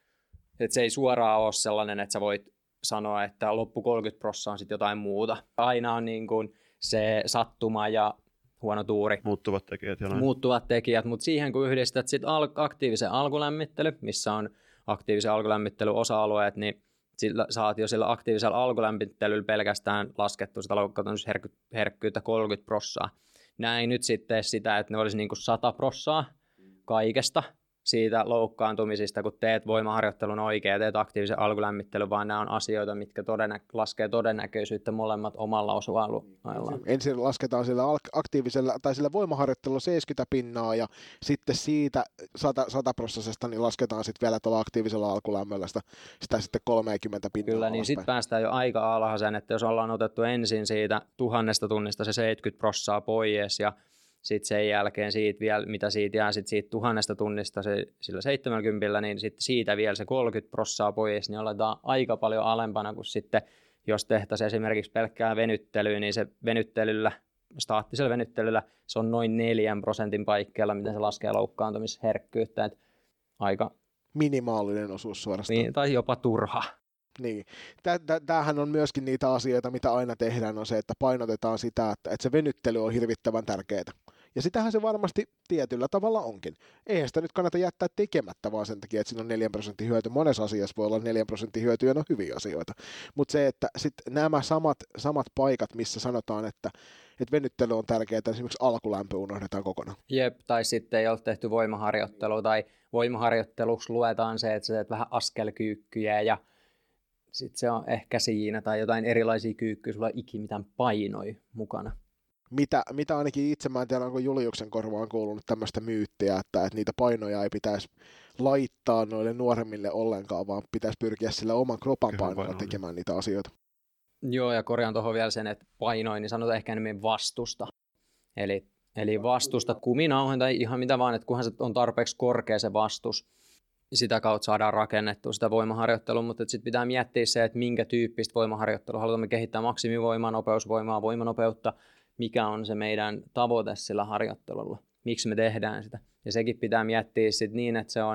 että se ei suoraan ole sellainen, että sä voit sanoa, että loppu kolmekymmentä prosenttia on sitten jotain muuta. Aina on niin kuin se sattuma ja huono tuuri. Muuttuvat tekijät. Ja Muuttuvat tekijät, mutta siihen kun yhdistät sit al- aktiivisen alkulämmittely, missä on aktiivisen alkulämmittelyn osa-alueet, niin sillä saat jo sillä aktiivisella alkulämmittelyllä pelkästään laskettu sitä loukkaantumisherkkyyttä kolmekymmentä prosenttia. Näin nyt sitten sitä, että ne olisi niin kuin sata prosenttia kaikesta siitä loukkaantumisista, kun teet voimaharjoittelun oikein ja teet aktiivisen alkulämmittelyn, vaan nämä on asioita, mitkä todennä- laskee todennäköisyyttä molemmat omalla osa-alueellaan. Ensin lasketaan sillä aktiivisella tai sillä voimaharjoittelulla seitsemänkymmentä pinnaa ja sitten siitä sata prosenttia niin lasketaan sitten vielä tuolla aktiivisella alkulämmöllä sitä, sitä sitten kolmekymmentä pinnaa. Kyllä, niin sitten päästään jo aika alhaisen, että jos ollaan otettu ensin siitä tuhannesta tunnista se seitsemänkymmentä prosenttia pois ja sitten sen jälkeen siitä vielä, mitä siitä jää sit siitä tuhannesta tunnista se, sillä seitsemänkymmentä, niin sitten siitä vielä se kolmekymmentä prosenttia pois, niin ollaan aika paljon alempana kuin sitten, jos tehtäisiin esimerkiksi pelkkää venyttelyä, niin se venyttelyllä, staattisella venyttelyllä, se on noin neljän prosentin paikkeilla, miten se laskee loukkaantumisherkkyyttä, että aika minimaalinen osuus suorastaan. Niin, tai jopa turha. Niin. Tämähän on myöskin niitä asioita, mitä aina tehdään, on se, että painotetaan sitä, että, että se venyttely on hirvittävän tärkeää. Ja sitähän se varmasti tietyllä tavalla onkin. Eihän sitä nyt kannata jättää tekemättä, vaan sen takia, että siinä on neljän prosentin hyöty. Monessa asiassa voi olla neljän prosentin hyöty ja ne on hyviä asioita. Mutta se, että sit nämä samat, samat paikat, missä sanotaan, että, että venyttely on tärkeää, esimerkiksi alkulämpö unohdetaan kokonaan. Jep, tai sitten ei ole tehty voimaharjoittelua, tai voimaharjoitteluksi luetaan se, että sä teet vähän askelkyykkyjä ja sitten se on ehkä siinä, tai jotain erilaisia kyykkyjä, sulla ei ikinä mitään painoja mukana. Mitä, mitä ainakin itse, mä en tiedä, onko Juliuksen korvaan kuulunut tämmöistä myyttiä, että, että niitä painoja ei pitäisi laittaa noille nuoremmille ollenkaan, vaan pitäisi pyrkiä sillä oman kropan painoilla tekemään niitä asioita. Joo, ja korjaan tuohon vielä sen, että painoin, niin sanotaan ehkä enemmän vastusta. Eli, eli vastusta kuminauhen tai ihan mitä vaan, että kunhan se on tarpeeksi korkea se vastus, sitä kautta saadaan rakennettua sitä voimaharjoittelua, mutta sitten pitää miettiä se, että minkä tyyppistä voimaharjoittelua haluamme kehittää, maksimivoimaa, nopeusvoimaa, voimanopeutta, mikä on se meidän tavoite sillä harjoittelulla, miksi me tehdään sitä. Ja sekin pitää miettiä sit niin, että se on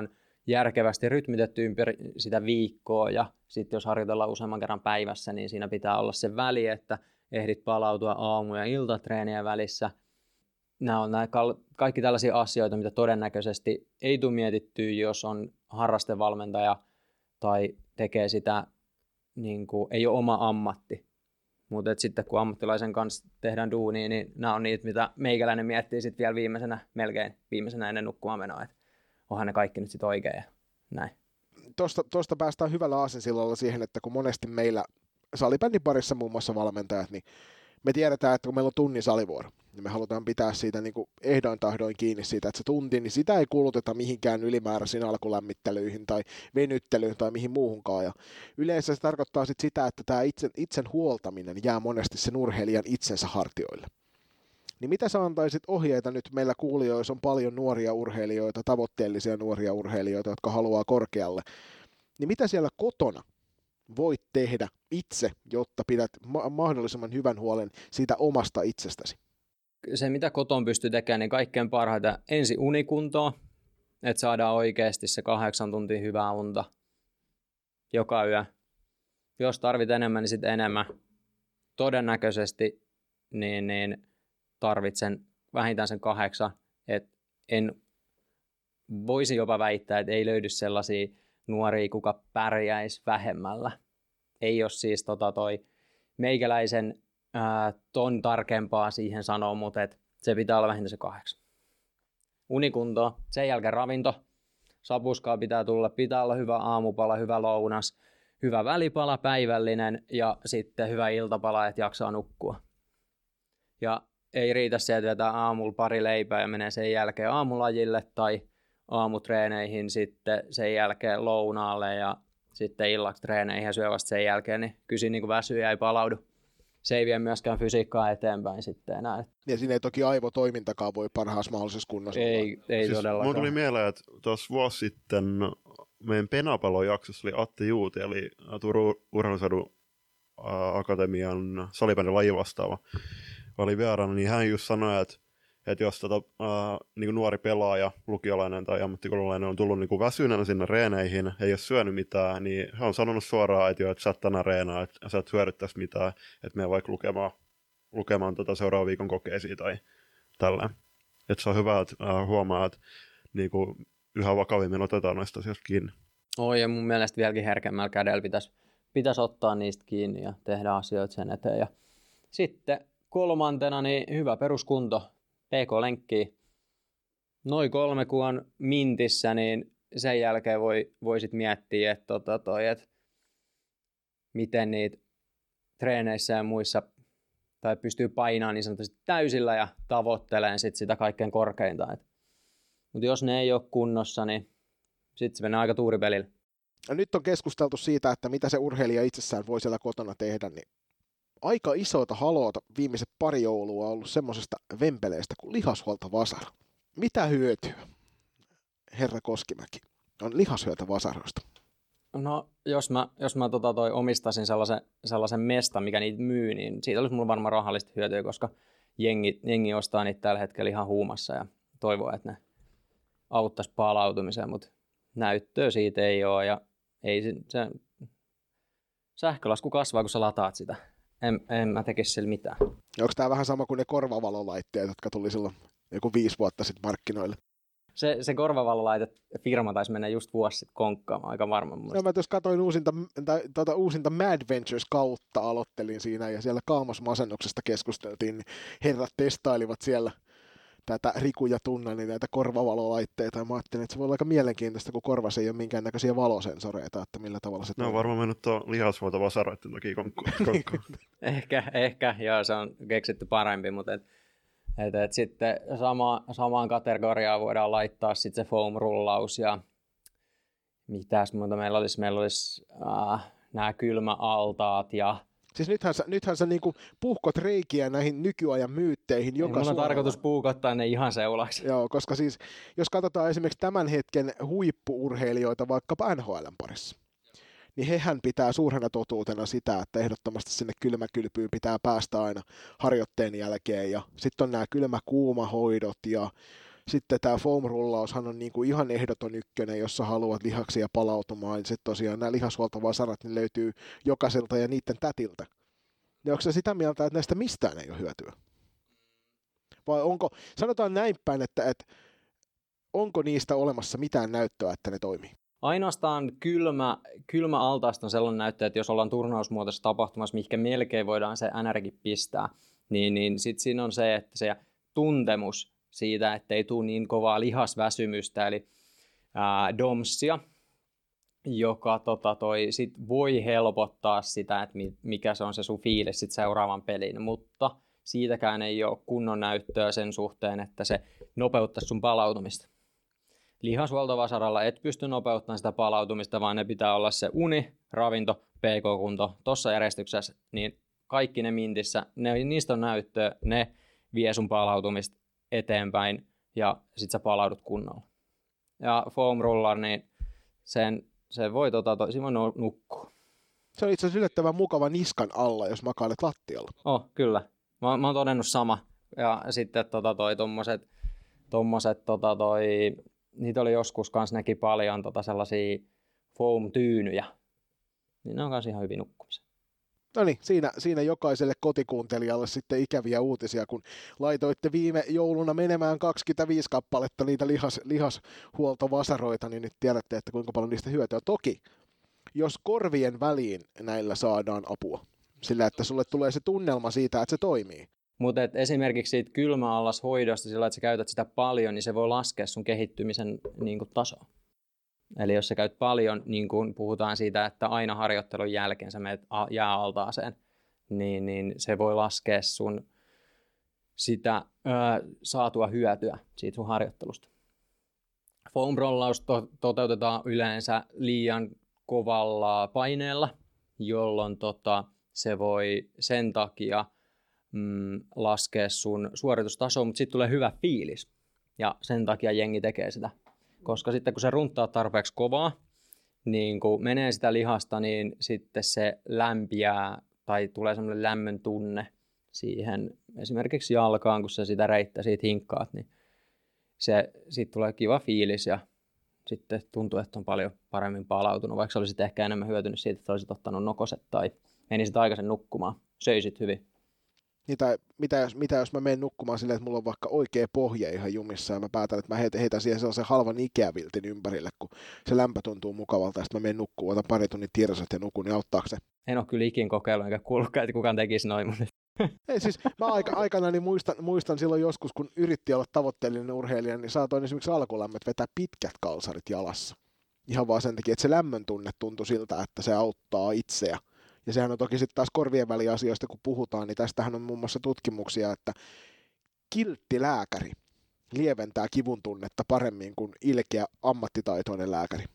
järkevästi rytmitetty ympäri sitä viikkoa, ja sitten jos harjoitellaan useamman kerran päivässä, niin siinä pitää olla se väli, että ehdit palautua aamu- ja iltatreenien välissä. Nämä on nämä kaikki tällaisia asioita, mitä todennäköisesti ei tule mietittyä, jos on harrastevalmentaja tai tekee sitä, niin kuin, ei ole oma ammatti. Mutta sitten kun ammattilaisen kanssa tehdään duunia, niin nämä on niitä, mitä meikäläinen miettii sitten vielä viimeisenä, melkein viimeisenä ennen nukkumaan menoa, että onhan ne kaikki nyt sitten oikein ja näin. Tuosta, tuosta päästään hyvällä aasinsillalla siihen, että kun monesti meillä salibändin parissa muun muassa valmentajat, niin me tiedetään, että kun meillä on tunnin salivuoro, niin me halutaan pitää siitä niin kuin ehdoin tahdoin kiinni siitä, että se tunti, niin sitä ei kuluteta mihinkään ylimääräisiin alkulämmittelyihin tai venyttelyyn tai mihin muuhunkaan. Ja yleensä se tarkoittaa sit sitä, että tämä itsen, itsen huoltaminen jää monesti sen urheilijan itsensä hartioille. Niin mitä sä antaisit ohjeita nyt meillä kuulijoissa on paljon nuoria urheilijoita, tavoitteellisia nuoria urheilijoita, jotka haluaa korkealle. Niin mitä siellä kotona voit tehdä itse, jotta pidät ma- mahdollisimman hyvän huolen siitä omasta itsestäsi? Se, mitä koton pystyy tekemään, niin kaikkein parhaita ensi unikuntoa, että saadaan oikeasti se kahdeksan tuntia hyvää unta joka yö. Jos tarvit enemmän, niin sitten enemmän. Todennäköisesti niin, niin tarvitsen vähintään sen kahdeksan, että en voisi jopa väittää, että ei löydy sellaisia nuoria, kuka pärjäisi vähemmällä. Ei ole siis tota toi meikäläisen ää, ton tarkempaa siihen sanoa, mutta et se pitää olla vähintään se kahdeksan. Unikunto, sen jälkeen ravinto, sapuskaa pitää tulla, pitää olla hyvä aamupala, hyvä lounas, hyvä välipala, päivällinen ja sitten hyvä iltapala, että jaksaa nukkua. Ja ei riitä se, että vetää aamulla pari leipää ja menee sen jälkeen aamulajille tai aamutreeneihin, sitten sen jälkeen lounaalle ja sitten illaksi treeneihin ja syö vasta sen jälkeen, niin kysin niin kuin väsyy ja ei palaudu. Se ei vie myöskään fysiikkaa eteenpäin sitten enää. Ja siinä ei toki aivotoimintakaan voi parhaassa mahdollisessa kunnossa olla. Ei, ei siis todellakaan. Mulla tuli mieleen, että tuossa vuosi sitten meidän Penapalon jaksossa oli Atte Juuti, eli Turun Urheilusadun akatemian salibändin lajivastaava oli vieraana, niin hän just sanoi, että että jos tota, äh, niin nuori pelaaja, lukiolainen tai ammattikoululainen on tullut niin väsyneenä sinne reeneihin, ei ole syönyt mitään, niin hän on sanonut suoraan, että, jo, että sä et tänään reenaa, että sä et hyödyttäisi mitään, että mene vaikka lukemaan, lukemaan tota seuraavan viikon kokeisiin tai tällä. Että se on hyvä, että äh, huomaa, että niin kuin, yhä vakavimmin otetaan noista asioista kiinni. Oi, ja mun mielestä vieläkin herkemmällä kädellä pitäisi, pitäisi ottaa niistä kiinni ja tehdä asioita sen eteen. Ja sitten kolmantena niin hyvä peruskunto. P K-lenkkiä. Noin kolme kun on mintissä, niin sen jälkeen voi, voi sit miettiä, että, tota toi, että miten niitä treeneissä ja muissa tai pystyy painamaan niin sanotusti täysillä ja tavoittelemaan sit sitä kaikkein korkeinta. Mutta jos ne ei ole kunnossa, niin sitten se menee aika tuuripelille. Ja nyt on keskusteltu siitä, että mitä se urheilija itsessään voi siellä kotona tehdä, niin aika isoita haloota viimeiset pari joulua on ollut semmoisesta vempeleestä kuin lihashuoltovasara. Mitä hyötyä, herra Koskimäki, on lihashuoltovasaroista? No, jos mä, jos mä tota toi omistasin sellaisen, sellaisen mestan, mikä niitä myy, niin siitä olisi mulla varmaan rahallista hyötyä, koska jengi, jengi ostaa niitä tällä hetkellä ihan huumassa ja toivoo, että ne auttaisi palautumiseen, mutta näyttöä siitä ei ole ja ei se, se sähkölasku kasvaa, kun sä lataat sitä. En, en mä tekisi sillä mitään. Onko tämä vähän sama kuin ne korvavalolaitteet, jotka tuli silloin joku viisi vuotta sitten markkinoille? Se, se korvavalolaite firma taisi mennä just vuosi sitten konkkaamaan, aika varma. No, mä tuossa katsoin uusinta, tuota, uusinta Mad Ventures kautta, aloittelin siinä ja siellä kaamosmasennuksesta keskusteltiin, niin herrat testailivat siellä tätä Riku ja Tunna, niin näitä korvavalolaitteita, ja mä ajattelin, että se voi olla aika mielenkiintoista, kun korvassa ei ole minkäännäköisiä valosensoreita, että millä tavalla se... No on varmaan mennyt tuon lihashuoltovasaroiden takia konkkaan. ehkä, ehkä, joo, se on keksitty parempi, mutta et, et, et sitten sama, samaan kategoriaan voidaan laittaa sitten se foam-rullaus, ja mitäs muuta meillä olisi, meillä olisi äh, nämä kylmäaltaat, ja siis nythän sä, nythän sä niinku puhkot reikiä näihin nykyajan myytteihin joka suoralla. Mulla on tarkoitus puukottaa ne ihan seulaksi. Joo, koska siis jos katsotaan esimerkiksi tämän hetken huippu-urheilijoita vaikkapa N H L:n parissa, niin hehän pitää suurena totuutena sitä, että ehdottomasti sinne kylmäkylpyyn pitää päästä aina harjoitteen jälkeen. Ja sitten on nämä kylmä-kuumahoidot ja Sitten tämä foam-rullaushan on niinku ihan ehdoton ykkönen, jos sä haluat lihaksia palautumaan. Ja sitten tosiaan nämä lihashuoltovasarat niin löytyy jokaiselta ja niiden tätiltä. Ja onko se sitä mieltä, että näistä mistään ei ole hyötyä? Vai onko, sanotaan näin päin, että, että onko niistä olemassa mitään näyttöä, että ne toimii? Ainoastaan kylmä, kylmä altaasta on sellainen näyttö, että jos ollaan turnausmuotoisessa tapahtumassa, mihinkä melkein voidaan se N R:kin pistää, niin, niin sitten siinä on se, että se tuntemus siitä, että ei tule niin kovaa lihasväsymystä, eli ää, domsia, joka tota, toi, sit voi helpottaa sitä, että mikä se on se sun fiilis sit seuraavan pelin, mutta siitäkään ei ole kunnon näyttöä sen suhteen, että se nopeuttaisi sun palautumista. Lihashuoltovasaralla et pysty nopeuttamaan sitä palautumista, vaan ne pitää olla se uni, ravinto, P K-kunto, tuossa järjestyksessä, niin kaikki ne mintissä, ne, niistä on näyttöä, ne vie sun palautumista eteenpäin ja sit sä palaudut kunnolla. Ja foam roller, niin sen, se voi, tota, to, siinä voi nukkua. Se on itse asiassa yllättävän mukava niskan alla, jos makailet lattialla. Oh, kyllä. Mä, mä oon todennut sama. Ja sitten tota, toi, tommoset, tommoset tota, toi, niitä oli joskus kans näki paljon tota, sellaisia foam-tyynyjä. Niin ne on kans ihan hyvin nukkumisen. No niin, siinä, siinä jokaiselle kotikuuntelijalle sitten ikäviä uutisia, kun laitoitte viime jouluna menemään kaksikymmentäviisi kappaletta niitä lihas, lihashuoltovasaroita, niin nyt tiedätte, että kuinka paljon niistä hyötyä. Toki, jos korvien väliin näillä saadaan apua, sillä että sulle tulee se tunnelma siitä, että se toimii. Mutta esimerkiksi siitä kylmäallashoidosta, sillä että sä käytät sitä paljon, niin se voi laskea sun kehittymisen niin kuin, tasoa. Eli jos sä käyt paljon, niin kuin puhutaan siitä, että aina harjoittelun jälkeen sä menet jääaltaaseen, niin, niin se voi laskea sun sitä ö, saatua hyötyä siitä sun harjoittelusta. Foam rollaus to- toteutetaan yleensä liian kovalla paineella, jolloin tota, se voi sen takia mm, laskea sun suoritustasoa, mutta sitten tulee hyvä fiilis ja sen takia jengi tekee sitä. Koska sitten kun se runttaa tarpeeksi kovaa, niin kun menee sitä lihasta, niin sitten se lämpiää tai tulee semmoinen lämmön tunne siihen esimerkiksi jalkaan, kun sä sitä reittä siitä hinkkaat, niin se, siitä tulee kiva fiilis ja sitten tuntuu, että on paljon paremmin palautunut, vaikka olisit ehkä enemmän hyötynyt siitä, että olisit ottanut nokoset tai menisit aikaisin nukkumaan, söisit hyvin. Niin tai, mitä, jos, mitä jos mä menen nukkumaan silleen, että mulla on vaikka oikea pohja ihan jumissa ja mä päätän, että mä heitän, heitän siihen sellaisen halvan Ikea-viltin ympärille, kun se lämpö tuntuu mukavalta ja sitten mä menen nukkumaan, otan pari tunnin tirsat ja nukun, niin auttaako se? En ole kyllä ikin kokeillut eikä kuullutkaan, että kukaan tekisi noin. Mutta Ei siis, mä aika, aikana niin muistan, muistan silloin joskus, kun yritti olla tavoitteellinen urheilija, niin saatoin esimerkiksi alkulämmöt vetää pitkät kalsarit jalassa. Ihan vaan sen takia, että se lämmön tunne tuntui siltä, että se auttaa itseä. Ja sehän on toki sitten taas korvien väliasioista, kun puhutaan, niin tästähän on muun muassa tutkimuksia, että kiltti lääkäri lieventää kivun tunnetta paremmin kuin ilkeä ammattitaitoinen lääkäri.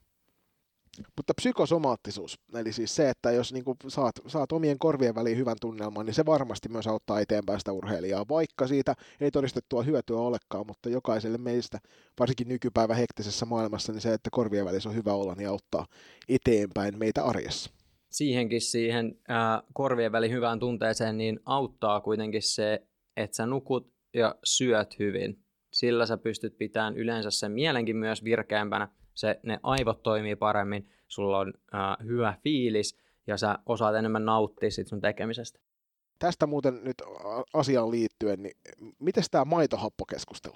Mutta psykosomaattisuus, eli siis se, että jos niinku saat, saat omien korvien väliin hyvän tunnelman, niin se varmasti myös auttaa eteenpäin sitä urheilijaa, vaikka siitä ei todistettua hyötyä olekaan, mutta jokaiselle meistä, varsinkin nykypäivän hektisessä maailmassa, niin se, että korvien välissä on hyvä olla, niin auttaa eteenpäin meitä arjessa. Siihenkin siihen ää, korvien välin hyvään tunteeseen niin auttaa kuitenkin se, että sä nukut ja syöt hyvin. Sillä sä pystyt pitämään yleensä sen mielenkin myös virkeämpänä. Se, ne aivot toimii paremmin, sulla on ää, hyvä fiilis ja sä osaat enemmän nauttia siitä sun tekemisestä. Tästä muuten nyt asiaan liittyen, niin miten tämä maitohappokeskustelu?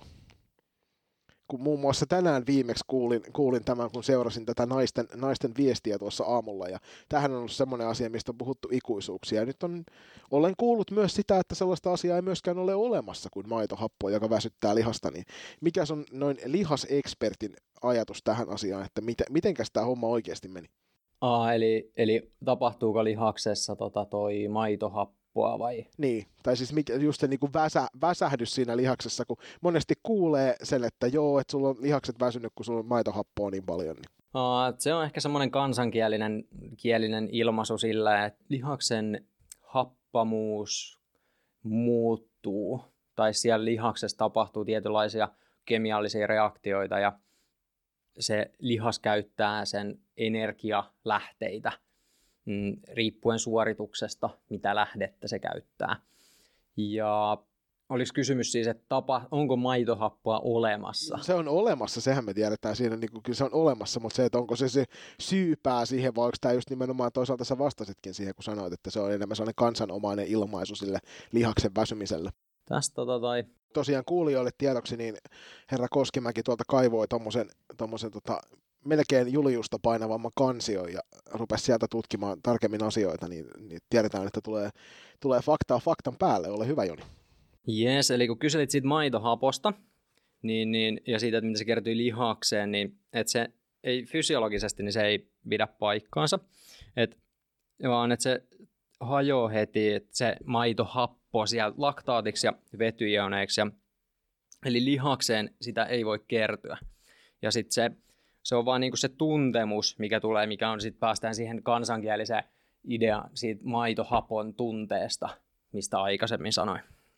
Kun muun muassa tänään viimeksi kuulin, kuulin tämän, kun seurasin tätä naisten, naisten viestiä tuossa aamulla, ja tämähän on ollut semmoinen asia, mistä on puhuttu ikuisuuksia, ja nyt on, olen kuullut myös sitä, että sellaista asiaa ei myöskään ole olemassa kuin maitohappo, joka väsyttää lihasta, niin mikä on noin lihasekspertin ajatus tähän asiaan, että miten, mitenkäs tämä homma oikeasti meni? Aa, eli, eli tapahtuuko lihaksessa tota toi maitohappo? Vai? Niin, tai siis mikä, just se niinku väsä, väsähdys siinä lihaksessa, kun monesti kuulee sen, että joo, että sulla on lihakset väsynyt, kun sulla on maitohappoa niin paljon. Niin. Uh, se on ehkä semmoinen kansankielinen kielinen ilmaisu sillä, että lihaksen happamuus muuttuu, tai siellä lihaksessa tapahtuu tietynlaisia kemiallisia reaktioita, ja se lihas käyttää sen energialähteitä, Mm, riippuen suorituksesta, mitä lähdettä se käyttää. Ja oliko kysymys siis, että tapa, onko maitohappoa olemassa? Se on olemassa, sehän me tiedetään siinä, niin kuin, kyllä se on olemassa, mutta se, että onko se se syypää siihen, vai onko tämä just nimenomaan toisaalta sä vastasitkin siihen, kun sanoit, että se on enemmän sellainen kansanomainen ilmaisu sille lihaksen väsymiselle. Tästä tota tai... Tosiaan kuulijoille tiedoksi, niin herra Koskimäki tuolta kaivoi tommosen, tommosen tota, melkein Juliusta painavamman kansion ja rupesi sieltä tutkimaan tarkemmin asioita, niin, niin tiedetään, että tulee, tulee faktaa faktan päälle. Ole hyvä, Joni. Jes, eli kun kyselit siitä maitohaposta niin, niin, ja siitä, että miten se kertyy lihakseen, niin että se ei fysiologisesti niin se ei pidä paikkaansa, et, vaan että se hajoaa heti, että se maitohappo siellä laktaatiksi ja vetyioneiksi, ja, eli lihakseen sitä ei voi kertyä. Ja sitten se, se on vaan niinku se tuntemus, mikä tulee, mikä on sitten päästään siihen kansankieliseen ideaan siitä maitohapon tunteesta, mistä aikaisemmin sanoin.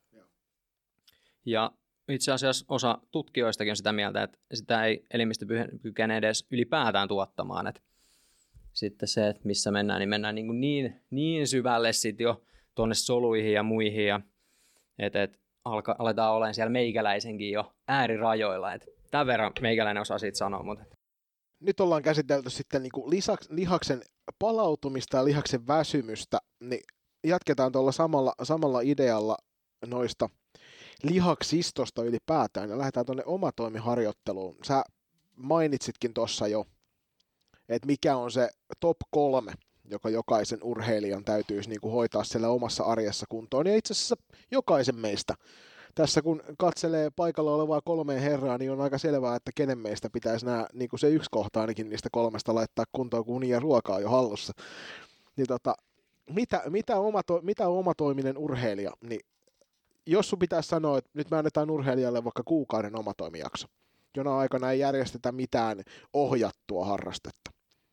Ja itse asiassa osa tutkijoistakin on sitä mieltä, että sitä ei elimistö kykene edes ylipäätään tuottamaan. Et sitten se, että missä mennään, niin mennään niin, niin, niin syvälle sitten jo tuonne soluihin ja muihin, ja että et alka, aletaan olemaan siellä meikäläisenkin jo äärirajoilla. Et tämän verran meikäläinen osaa siitä sanoa. Mutta... Nyt ollaan käsitelty sitten niin kuin lihaksen palautumista ja lihaksen väsymystä, niin jatketaan tuolla samalla, samalla idealla noista lihaksistosta ylipäätään ja lähdetään tuonne omatoimiharjoitteluun. Sä mainitsitkin tuossa jo, että mikä on se top kolme, joka jokaisen urheilijan täytyisi niin kuin hoitaa siellä omassa arjessa kuntoon. Ja itse asiassa jokaisen meistä. Tässä kun katselee paikalla olevaa kolmeen herraa, niin on aika selvää, että kenen meistä pitäisi nämä, niin kuin se yksi kohta ainakin niistä kolmesta laittaa kuntoon, kun uni ja ruoka on jo hallussa. Niin tota, mitä, mitä, omato, mitä on omatoiminen urheilija, niin jos sun pitäisi sanoa, että nyt me annetaan urheilijalle vaikka kuukauden omatoimijakso, jona aikana ei järjestetä mitään ohjattua harrastetta,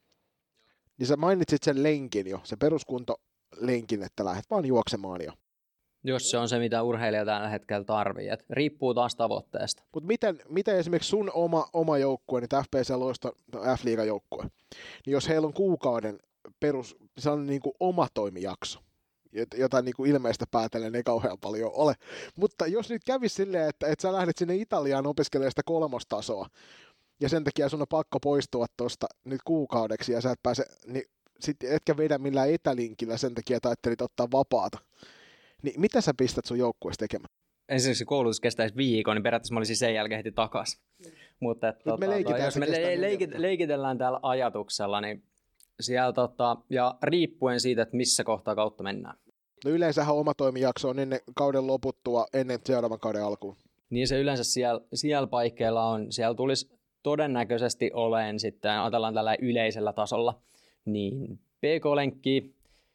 niin sä mainitsit sen lenkin jo, se peruskuntolenkin, että lähdet vaan juoksemaan jo. Jos se on se, mitä urheilija tällä hetkellä tarvii. Et riippuu taas tavoitteesta. Mutta miten, miten esimerkiksi sun oma, oma joukkue, nyt F P C Loisto, F-liigan joukkue, niin jos heillä on kuukauden perus, se on niin kuin omatoimijakso, jota niin kuin ilmeistä päätellen ei kauhean paljon ole. Mutta jos nyt kävisi silleen, että, että sä lähdet sinne Italiaan opiskelemaan sitä kolmostasoa, ja sen takia sun on pakko poistua tuosta nyt kuukaudeksi, ja sä et pääse, niin sit etkä vedä millään etälinkillä sen takia, että ajattelit ottaa vapaata. Niin mitä sä pistät sun joukkueessa tekemään? Ensinnäkin koulutus kestäisi viikon, niin periaatteessa mä olisin sen jälkeen heti takaisin. Mm. Mutta että, tota, me jos me le- leikit, leikitellään täällä ajatuksella, niin siellä tota, ja riippuen siitä, että missä kohtaa kautta mennään. No yleensähän oma toimijakso on ennen kauden loputtua, ennen seuraavan kauden alkuun. Niin se yleensä siellä, siellä paikkeilla on, siellä tulisi todennäköisesti oleen sitten, ajatellaan tällä yleisellä tasolla, niin P K-lenkki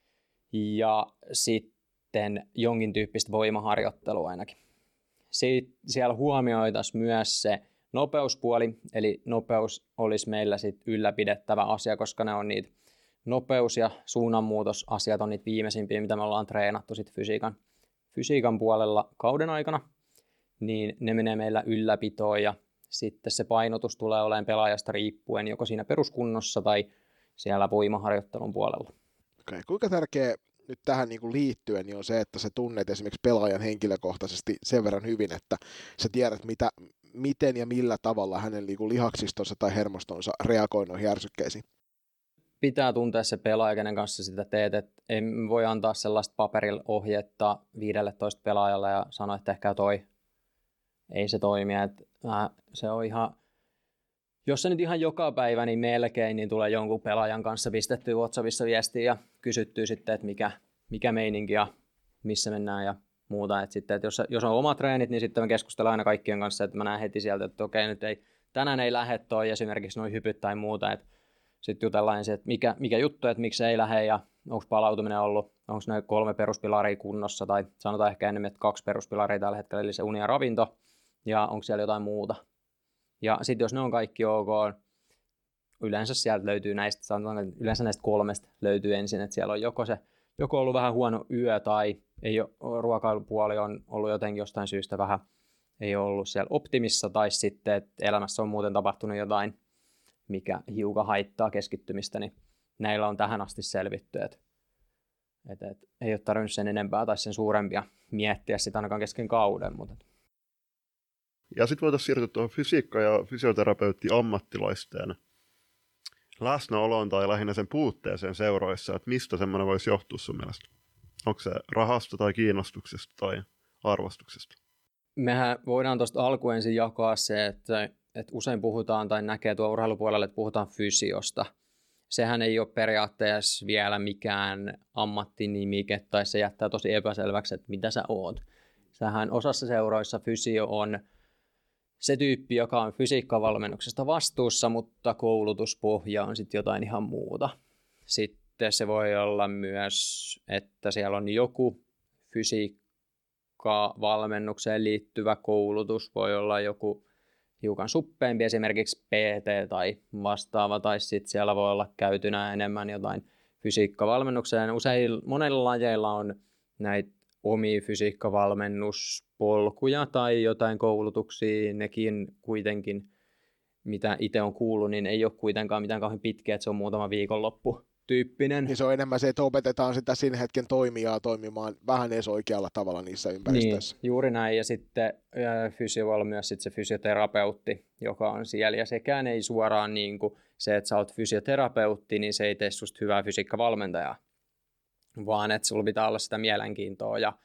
ja sitten jonkin tyyppistä voimaharjoittelua ainakin. Sitten siellä huomioitaisiin myös se nopeuspuoli, eli nopeus olisi meillä sit ylläpidettävä asia, koska ne on niitä nopeus- ja suunnanmuutosasiat on niitä viimeisimpiä, mitä me ollaan treenattu sit fysiikan, fysiikan puolella kauden aikana, niin ne menee meillä ylläpitoon ja sitten se painotus tulee olemaan pelaajasta riippuen joko siinä peruskunnossa tai siellä voimaharjoittelun puolella. Okei, kuinka tärkeä nyt tähän niin kuin liittyen niin on se, että sä tunnet esimerkiksi pelaajan henkilökohtaisesti sen verran hyvin, että sä tiedät, mitä, miten ja millä tavalla hänen niin kuin lihaksistonsa tai hermostonsa reagoi noihin ärsykkeisiin. Pitää tuntea se pelaaja, kenen kanssa sitä teet. Et ei voi antaa sellaista paperilla ohjetta viidelletoista pelaajalle ja sanoa, että ehkä toi ei se toimi. Et, äh, se on ihan, jos se nyt ihan joka päivä, niin melkein niin tulee jonkun pelaajan kanssa pistettyä WhatsAppissa viestiä ja kysyttyä sitten, että mikä, mikä meininki ja missä mennään ja muuta. Et sitten, että jos, jos on omat treenit, niin sitten me keskustellaan aina kaikkien kanssa, että mä näen heti sieltä, että okei, nyt ei, tänään ei lähde toi esimerkiksi noin hypyt tai muuta. Sitten jutellaan ensin, että mikä, mikä juttu, että miksi ei lähde ja onko palautuminen ollut, onko ne kolme peruspilaria kunnossa tai sanotaan ehkä enemmän, että kaksi peruspilaria tällä hetkellä, eli se uni ja ravinto ja onko siellä jotain muuta. Ja sitten jos ne on kaikki ok, yleensä sieltä löytyy näistä, sanotaan, että yleensä näistä kolmesta löytyy ensin, että siellä on joko se, joko ollut vähän huono yö tai ei ole, ruokailupuoli on ollut jotenkin jostain syystä vähän, ei ole ollut siellä optimissa tai sitten, että elämässä on muuten tapahtunut jotain, mikä hiukan haittaa keskittymistä, niin näillä on tähän asti selvitty, että, Et, et, ei ole tarvinnut sen enempää tai sen suurempia miettiä sitä ainakaan kesken kauden. Mutta... Ja sitten voitaisiin siirtyä tuohon fysiikka- ja fysioterapeutti-ammattilaisten läsnäoloon tai lähinnä sen puutteeseen seuroissa, että mistä semmoinen voisi johtua sun mielestä? Onko se rahasta tai kiinnostuksesta tai arvostuksesta? Mehän voidaan tuosta alkuun ensin jakaa se, että, että usein puhutaan tai näkee tuo urheilupuolelle, että puhutaan fysiosta. Sehän ei ole periaatteessa vielä mikään ammattinimike tai se jättää tosi epäselväksi, että mitä sä oot. Sähän osassa seuroissa fysio on se tyyppi, joka on fysiikkavalmennuksesta vastuussa, mutta koulutuspohja on sitten jotain ihan muuta. Sitten se voi olla myös, että siellä on joku fysiikkavalmennukseen liittyvä koulutus, voi olla joku hiukan suppeampi, esimerkiksi P T tai vastaava, tai sitten siellä voi olla käytynä enemmän jotain fysiikkavalmennukseen. Usein monilla lajeilla on näitä omia fysiikkavalmennuspolkuja tai jotain koulutuksia, nekin kuitenkin, mitä itse on kuullut, niin ei ole kuitenkaan mitään kauhean pitkiä, että se on muutama viikonloppu tyyppinen. Niin se on enemmän se, että opetetaan sitä siinä hetken toimijaa toimimaan vähän edes oikealla tavalla niissä ympäristöissä. Niin, juuri näin. Ja sitten fysio voi olla myös sit se fysioterapeutti, joka on siellä. Ja sekään ei suoraan niin kuin se, että sä oot fysioterapeutti, niin se ei tee susta hyvää fysiikkavalmentajaa, vaan että sulla pitää olla sitä mielenkiintoa. Ja,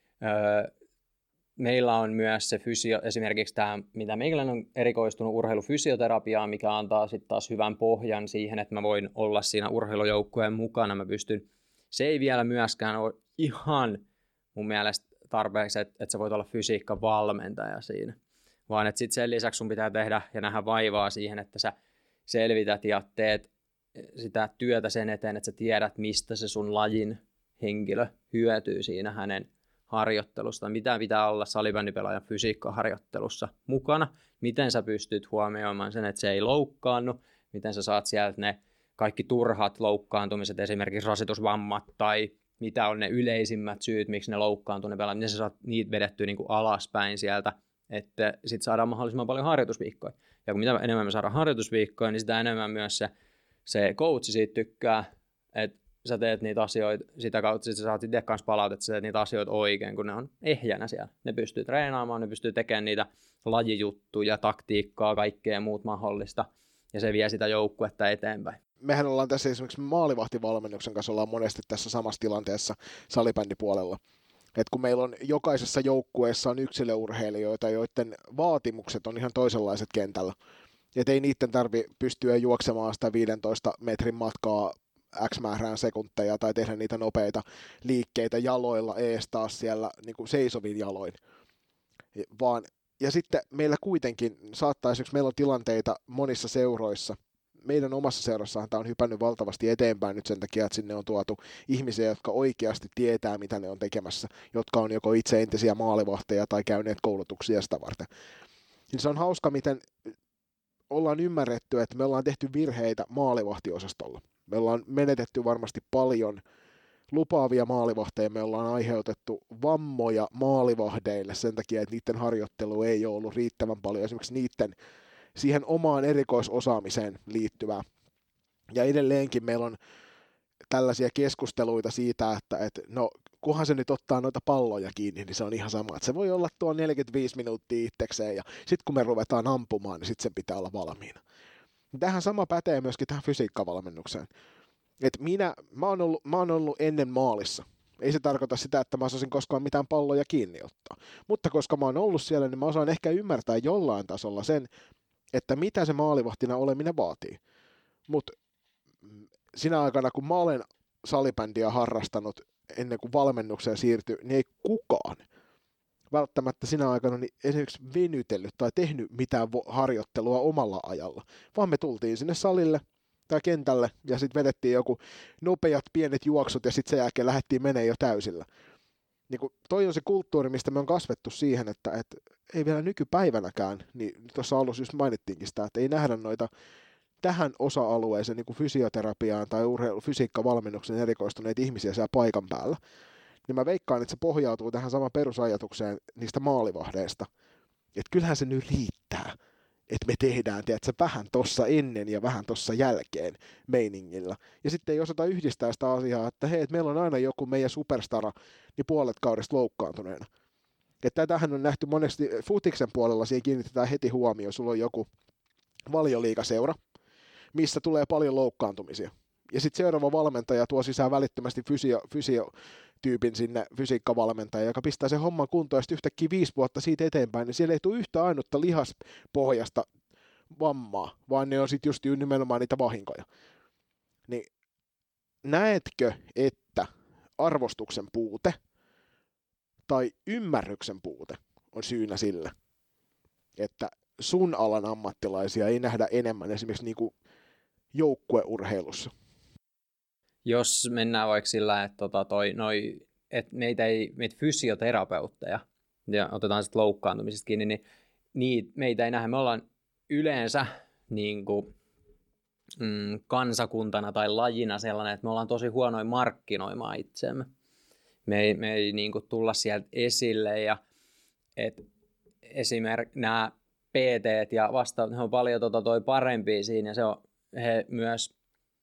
öö, meillä on myös se fysio, esimerkiksi tämä, mitä meikäläinen on erikoistunut urheilufysioterapiaan, mikä antaa sitten taas hyvän pohjan siihen, että mä voin olla siinä urheilujoukkueen mukana. Mä pystyn, se ei vielä myöskään ole ihan mun mielestä tarpeeksi, että, että sä voit olla fysiikkavalmentaja siinä, vaan että sitten sen lisäksi sun pitää tehdä ja nähdä vaivaa siihen, että sä selvität ja teet sitä työtä sen eteen, että sä tiedät, mistä se sun lajin henkilö hyötyy siinä hänen harjoittelusta, mitä pitää olla salibändipelaajan fysiikkaharjoittelussa mukana, miten sä pystyt huomioimaan sen, että se ei loukkaannu, miten sä saat sieltä ne kaikki turhat loukkaantumiset, esimerkiksi rasitusvammat tai mitä on ne yleisimmät syyt, miksi ne loukkaantuu ne pelaajat, miten sä saat niitä vedettyä niin kuin alaspäin sieltä, että sit saadaan mahdollisimman paljon harjoitusviikkoja. Ja kun mitä enemmän me saadaan harjoitusviikkoja, niin sitä enemmän myös se, se coachi siitä tykkää, että sä teet niitä asioita, sitä kautta sit sä saat itse kanssa palautetta, että sä teet niitä asioita oikein, kun ne on ehjänä siellä. Ne pystyy treenaamaan, ne pystyy tekemään niitä lajijuttuja, taktiikkaa, kaikkea muut mahdollista, ja se vie sitä joukkuetta eteenpäin. Mehän ollaan tässä esimerkiksi maalivahtivalmennuksen kanssa ollaan monesti tässä samassa tilanteessa salibändipuolella. Et kun meillä on jokaisessa joukkueessa on yksilöurheilijoita, joiden vaatimukset on ihan toisenlaiset kentällä. Et ei niiden tarvitse pystyä juoksemaan sitä viidentoista metrin matkaa X määrään sekunteja tai tehdä niitä nopeita liikkeitä jaloilla ees taas siellä niin kuin seisovin jaloin. Vaan, ja sitten meillä kuitenkin saattaa esimerkiksi, meillä on tilanteita monissa seuroissa. Meidän omassa seurassahan tämä on hypännyt valtavasti eteenpäin nyt sen takia, että sinne on tuotu ihmisiä, jotka oikeasti tietää, mitä ne on tekemässä, jotka on joko itse entisiä maalivahteja tai käyneet koulutuksia sitä varten. Niin se on hauska, miten ollaan ymmärretty, että me ollaan tehty virheitä maalivahtiosastolla. Me ollaan menetetty varmasti paljon lupaavia maalivahteja, me ollaan aiheutettu vammoja maalivahdeille sen takia, että niiden harjoittelu ei ole ollut riittävän paljon, esimerkiksi niiden siihen omaan erikoisosaamiseen liittyvää. Ja edelleenkin meillä on tällaisia keskusteluita siitä, että, että no, kunhan se nyt ottaa noita palloja kiinni, niin se on ihan sama. Että se voi olla tuo neljäkymmentäviisi minuuttia itsekseen, ja sitten kun me ruvetaan ampumaan, niin sitten sen pitää olla valmiina. Tähän sama pätee myöskin tähän fysiikkavalmennukseen. Et minä, mä oon, ollut, mä oon ollut ennen maalissa. Ei se tarkoita sitä, että mä osaisin koskaan mitään palloja kiinni ottaa. Mutta koska mä oon ollut siellä, niin mä osaan ehkä ymmärtää jollain tasolla sen, että mitä se maalivahtina oleminen vaatii. Mutta sinä aikana, kun mä olen salibändiä harrastanut ennen kuin valmennukseen siirtyi, niin ei kukaan välttämättä sinä aikana niin esimerkiksi venytellyt tai tehnyt mitään harjoittelua omalla ajalla, vaan me tultiin sinne salille tai kentälle ja sitten vedettiin joku nopeat pienet juoksut ja sitten sen jälkeen lähdettiin menemään jo täysillä. Niin kun toi on se kulttuuri, mistä me on kasvettu siihen, että, että ei vielä nykypäivänäkään, niin tuossa alussa just mainittiinkin sitä, että ei nähdä noita tähän osa-alueeseen niin kuin fysioterapiaan tai urheilu- fysiikkavalmennuksen erikoistuneita ihmisiä siellä paikan päällä. Niin mä veikkaan, että se pohjautuu tähän samaan perusajatukseen niistä maalivahdeista. Että kyllähän se nyt riittää. että me tehdään, tiedätkö, vähän tossa ennen ja vähän tossa jälkeen meiningillä. Ja sitten ei osata yhdistää sitä asiaa, että hei, että meillä on aina joku meidän superstara, niin puolet kaudesta loukkaantuneena. Että tätähän on nähty monesti futiksen puolella, siihen kiinnitetään heti huomioon, sulla on joku valioliigaseura, missä tulee paljon loukkaantumisia. Ja sitten seuraava valmentaja tuo sisään välittömästi fysio, fysiotyypin sinne, fysiikkavalmentaja, joka pistää sen homman kuntoon, ja sitten yhtäkkiä viisi vuotta siitä eteenpäin, niin siellä ei tule yhtä ainutta lihaspohjasta vammaa, vaan ne on sitten just nimenomaan niitä vahinkoja. Niin näetkö, että arvostuksen puute tai ymmärryksen puute on syynä sille, että sun alan ammattilaisia ei nähdä enemmän esimerkiksi niinku joukkueurheilussa? Jos mennään vaikka sillä, että, tota toi, noi, että meitä ei, meitä fysioterapeutteja, ja otetaan sitten loukkaantumisesta kiinni, niin niitä, meitä ei nähdä. Me ollaan yleensä niin kuin, mm, kansakuntana tai lajina sellainen, että me ollaan tosi huonoin markkinoimaan itseämme. Me ei, me ei niin kuin tulla sieltä esille, ja että esimerkiksi nämä P T:t ja vastaavat, he on paljon tota toi parempia siinä, ja se on, he myös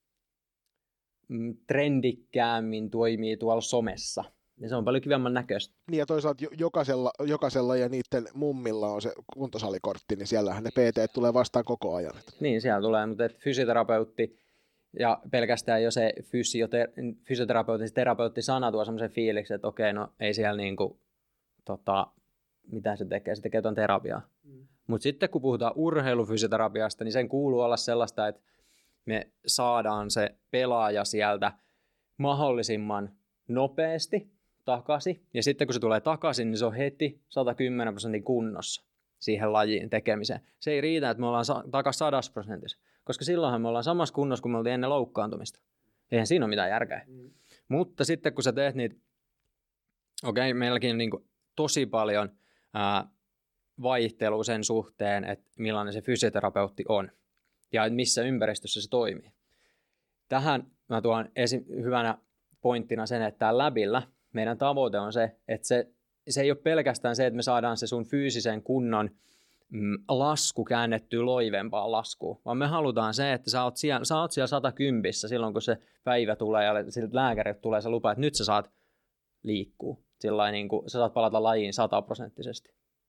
trendikkäämmin toimii tuolla somessa. Ja se on paljon kivemman näköistä. Niin ja toisaalta jokaisella, jokaisella ja niiden mummilla on se kuntosalikortti, niin siellähän ne P T tulee vastaan koko ajan. Niin, siellä tulee, mutta et fysioterapeutti ja pelkästään jo se fysioter- fysioterapeutin, se terapeutti-sana tuo semmoisen fiiliksen, että okei, no ei siellä niinku, tota, mitä se tekee, se tekee tuon terapiaa. Mm. Mutta sitten kun puhutaan urheilufysioterapiasta, niin sen kuuluu olla sellaista, että me saadaan se pelaaja sieltä mahdollisimman nopeasti takaisin. Ja sitten kun se tulee takaisin, niin se on heti sata kymmenen prosentin kunnossa siihen lajiin tekemiseen. Se ei riitä, että me ollaan sa- takaisin sadassa prosentissa, koska silloinhan me ollaan samassa kunnossa kuin me oltiin ennen loukkaantumista. Eihän siinä ole mitään järkeä. Mm. Mutta sitten kun sä teet niitä, okei, okay, meilläkin on niin kuin tosi paljon ää, vaihtelua sen suhteen, että millainen se fysioterapeutti on ja missä ympäristössä se toimii. Tähän mä tuon esi- hyvänä pointtina sen, että täällä läbillä meidän tavoite on se, että se, se ei ole pelkästään se, että me saadaan se sun fyysisen kunnon mm, lasku käännettyä loivempaan laskuun, vaan me halutaan se, että sä oot siellä, sä oot siellä satakympissä silloin, kun se päivä tulee ja siltä lääkäriltä tulee se lupa, että nyt sä saat liikkua. Sillain niin kuin sä saat palata lajiin sataprosenttisesti.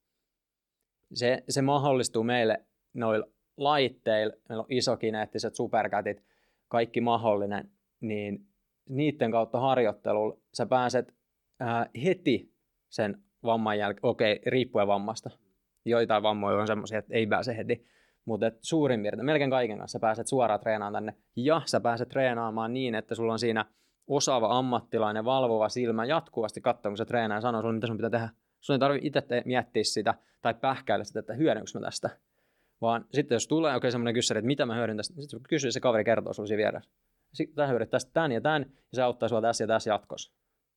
Se, se mahdollistuu meille noilla laitteilla, meillä on isokineettiset superkätit, kaikki mahdollinen, niin niiden kautta harjoittelulla sä pääset ää, heti sen vamman jälkeen, okei, riippuen vammasta. Joitain vammoja on semmoisia, että ei pääse heti, mutta suurin piirtein, melkein kaiken kanssa sä pääset suoraan treenaamaan tänne, ja sä pääset treenaamaan niin, että sulla on siinä osaava ammattilainen, valvova silmä jatkuvasti katsoa, kun se treenaa ja sanoo sulle, mitä sun pitää tehdä. Sun ei tarvitse itse miettiä sitä tai pähkäillä sitä, että hyödynkö mä tästä. Vaan sitten jos tulee oikein semmoinen kyssäri, että mitä mä hyödyn tästä, niin sitten kysyy, se kaveri kertoo sulle siinä vieressä. Sitten sä hyödyt tästä tän ja tän, ja se auttaa sua tässä ja tässä jatkossa.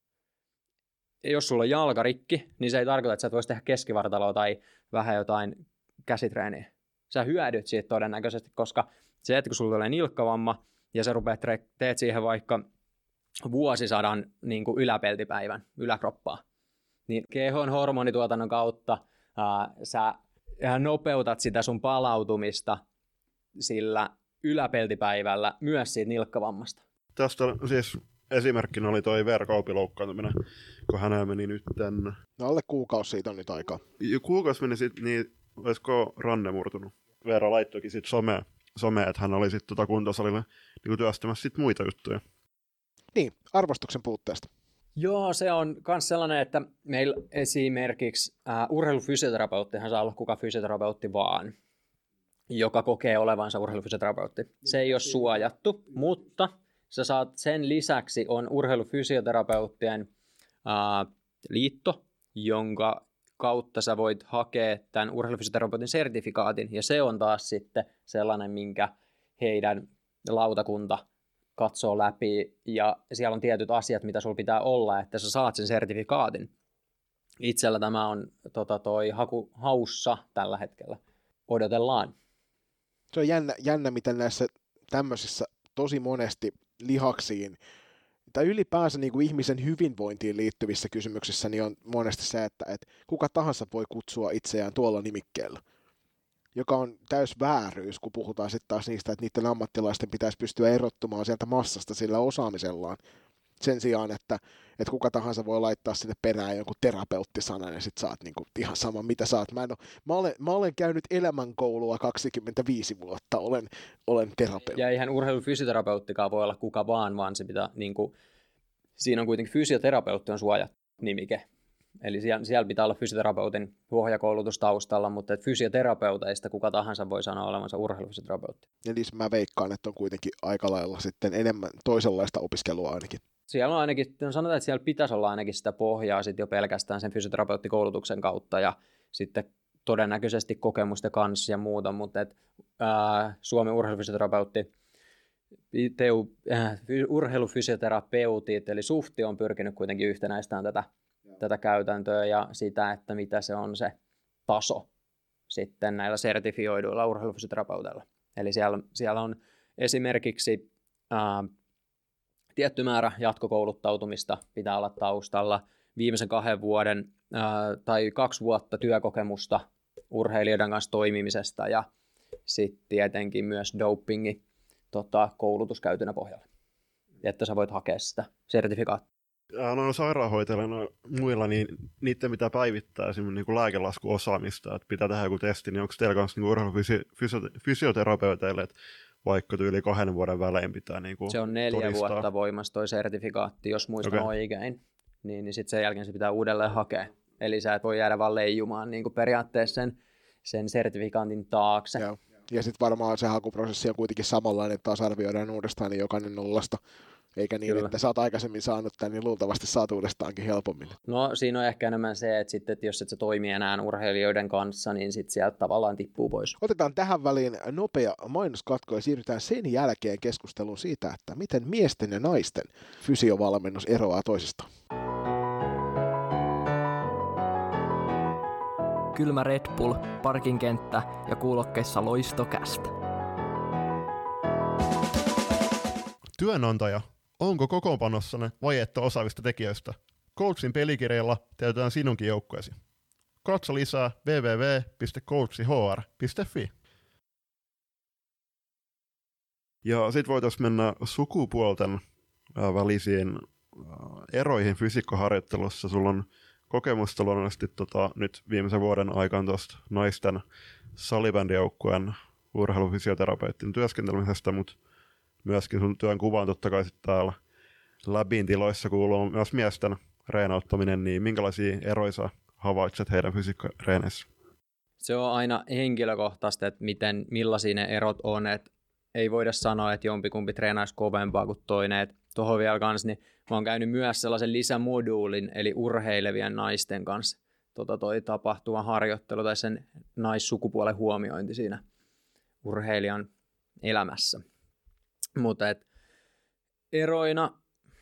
Ja jos sulla on jalka rikki, niin se ei tarkoita, että sä et voisi tehdä keskivartaloa tai vähän jotain käsitreeniä. Sä hyödyt siitä todennäköisesti, koska se, että kun sulla tulee nilkkavamma, ja sä rupeat tre- teet siihen vaikka vuosisadan niin kuin yläpeltipäivän, yläkroppaa, niin kehon hormonituotannon kautta ää, sä nopeutat sitä sun palautumista sillä yläpeltipäivällä myös siitä nilkkavammasta. Tästä siis esimerkkinä oli toi Verkaupi loukkaantuminen, kun hänellä meni nyt tän... No alle kuukausi siitä on nyt aikaa. Kuukausi meni sitten, niin olisiko ranne murtunut? Veera laittoikin sitten somea, some, että hän oli sitten tota kuntosalilla niin työstämässä sit muita juttuja. Niin, arvostuksen puutteesta. Joo, se on myös sellainen, että meillä esimerkiksi äh, urheilufysioterapeuttihan saa olla kuka fysioterapeutti vaan, joka kokee olevansa urheilufysioterapeutti. Se ei ole suojattu, mutta sä saat sen lisäksi on urheilufysioterapeuttien äh, liitto, jonka kautta sä voit hakea tämän urheilufysioterapeutin sertifikaatin, ja se on taas sitten sellainen, minkä heidän lautakunta katsoo läpi, ja siellä on tietyt asiat, mitä sulla pitää olla, että sä saat sen sertifikaatin. Itsellä tämä on tota, toi haku, haussa tällä hetkellä. Odotellaan. Se on jännä, jännä, miten näissä tämmöisissä tosi monesti lihaksiin, tai ylipäänsä niin kuin ihmisen hyvinvointiin liittyvissä kysymyksissä, niin on monesti se, että, että kuka tahansa voi kutsua itseään tuolla nimikkeellä. joka on täys vääryys, kun puhutaan sitten taas niistä, että niiden ammattilaisten pitäisi pystyä erottumaan sieltä massasta sillä osaamisellaan. Sen sijaan, että, että kuka tahansa voi laittaa sinne perään jonkun terapeuttisanan ja sit saat niinku ihan sama mitä saat. Mä, en ole, mä, olen, mä olen käynyt elämänkoulua kaksikymmentäviisi vuotta, olen, olen terapeutti. Ja eihän urheilufysioterapeuttikaan voi olla kuka vaan, vaan se pitää, niinku, siinä on kuitenkin fysioterapeutti on suojattu nimike. Eli siellä, siellä pitää olla fysioterapeutin pohjakoulutus taustalla, mutta et fysioterapeuteista kuka tahansa voi sanoa olevansa urheilufysioterapeutti. Eli mä veikkaan, että on kuitenkin aika lailla sitten enemmän toisenlaista opiskelua ainakin. Siellä on ainakin, sanotaan, että siellä pitäisi olla ainakin sitä pohjaa sit jo pelkästään sen fysioterapeuttikoulutuksen kautta ja sitten todennäköisesti kokemusten kanssa ja muuta, mutta et, ää, Suomen urheilufysioterapeutti, teu, äh, urheilufysioterapeutit, eli SUFTI on pyrkinyt kuitenkin yhtenäistämään tätä, tätä käytäntöä ja sitä, että mitä se on se taso sitten näillä sertifioiduilla urheilufysioterapeuteilla. Eli siellä, siellä on esimerkiksi ää, tietty määrä jatkokouluttautumista pitää olla taustalla, viimeisen kahden vuoden ää, tai kaksi vuotta työkokemusta urheilijoiden kanssa toimimisesta ja sitten tietenkin myös dopingi tota, koulutuskäytönä pohjalla, että sä voit hakea sitä sertifikaattia. Ja noilla sairaanhoitajilla muilla, niin niiden pitää päivittää esimerkiksi niin lääkelaskuosaamista, että pitää tehdä joku testi, niin onko teillä kanssa niin urheilufysioterapeuteille, että vaikka yli kahden vuoden välein pitää niin kuin se on neljä todistaa. vuotta voimassa toi sertifikaatti, jos muistan okay. oikein, niin, niin sitten sen jälkeen se pitää uudelleen hakea. Eli sä et voi jäädä vaan leijumaan niin kuin periaatteessa sen, sen sertifikaatin taakse. Joo. Ja sitten varmaan se hakuprosessi on kuitenkin samanlainen, että taas arvioidaan uudestaan niin jokainen nollasta. Eikä niin, Kyllä. että sä oot aikaisemmin saanut tämän, niin luultavasti saat uudestaankin helpommin. No siinä on ehkä enemmän se, että, sitten, että jos et sä toimi enää urheilijoiden kanssa, niin sitten sieltä tavallaan tippuu pois. Otetaan tähän väliin nopea mainoskatko ja siirrytään sen jälkeen keskusteluun siitä, että miten miesten ja naisten fysiovalmennus eroaa toisistaan. Kylmä Red Bull, parkinkenttä ja kuulokkeissa Loistocast. Työnantaja, onko kokoonpanossanne vajetta osaavista tekijöistä? Coachin pelikirjalla täytetään sinunkin joukkueesi. Katso lisää double-u double-u double-u piste coach h r piste f i. Ja sitten voitaisiin mennä sukupuolten välisiin eroihin fysiikkaharjoittelussa. Sulla on kokemusta luonnollisesti tota, nyt viimeisen vuoden aikana tuosta naisten salibändijoukkueen urheilufysioterapeutin työskentelemisestä, mutta myöskin sun työn kuvaan totta kai sitten täällä läbin tiloissa kuuluu myös miesten reenauttaminen, niin minkälaisia eroja sä havaitset heidän fysiikkareeneissä? Se on aina henkilökohtaista, että miten, millaisia ne erot on, että ei voida sanoa, että jompikumpi treenaisi kovempaa kuin toinen, että tuohon vielä kanssa, niin mä oon käynyt myös sellaisen lisämoduulin, eli urheilevien naisten kanssa tota toi tapahtuva harjoittelu tai sen naissukupuolen huomiointi siinä urheilijan elämässä. Mutta et eroina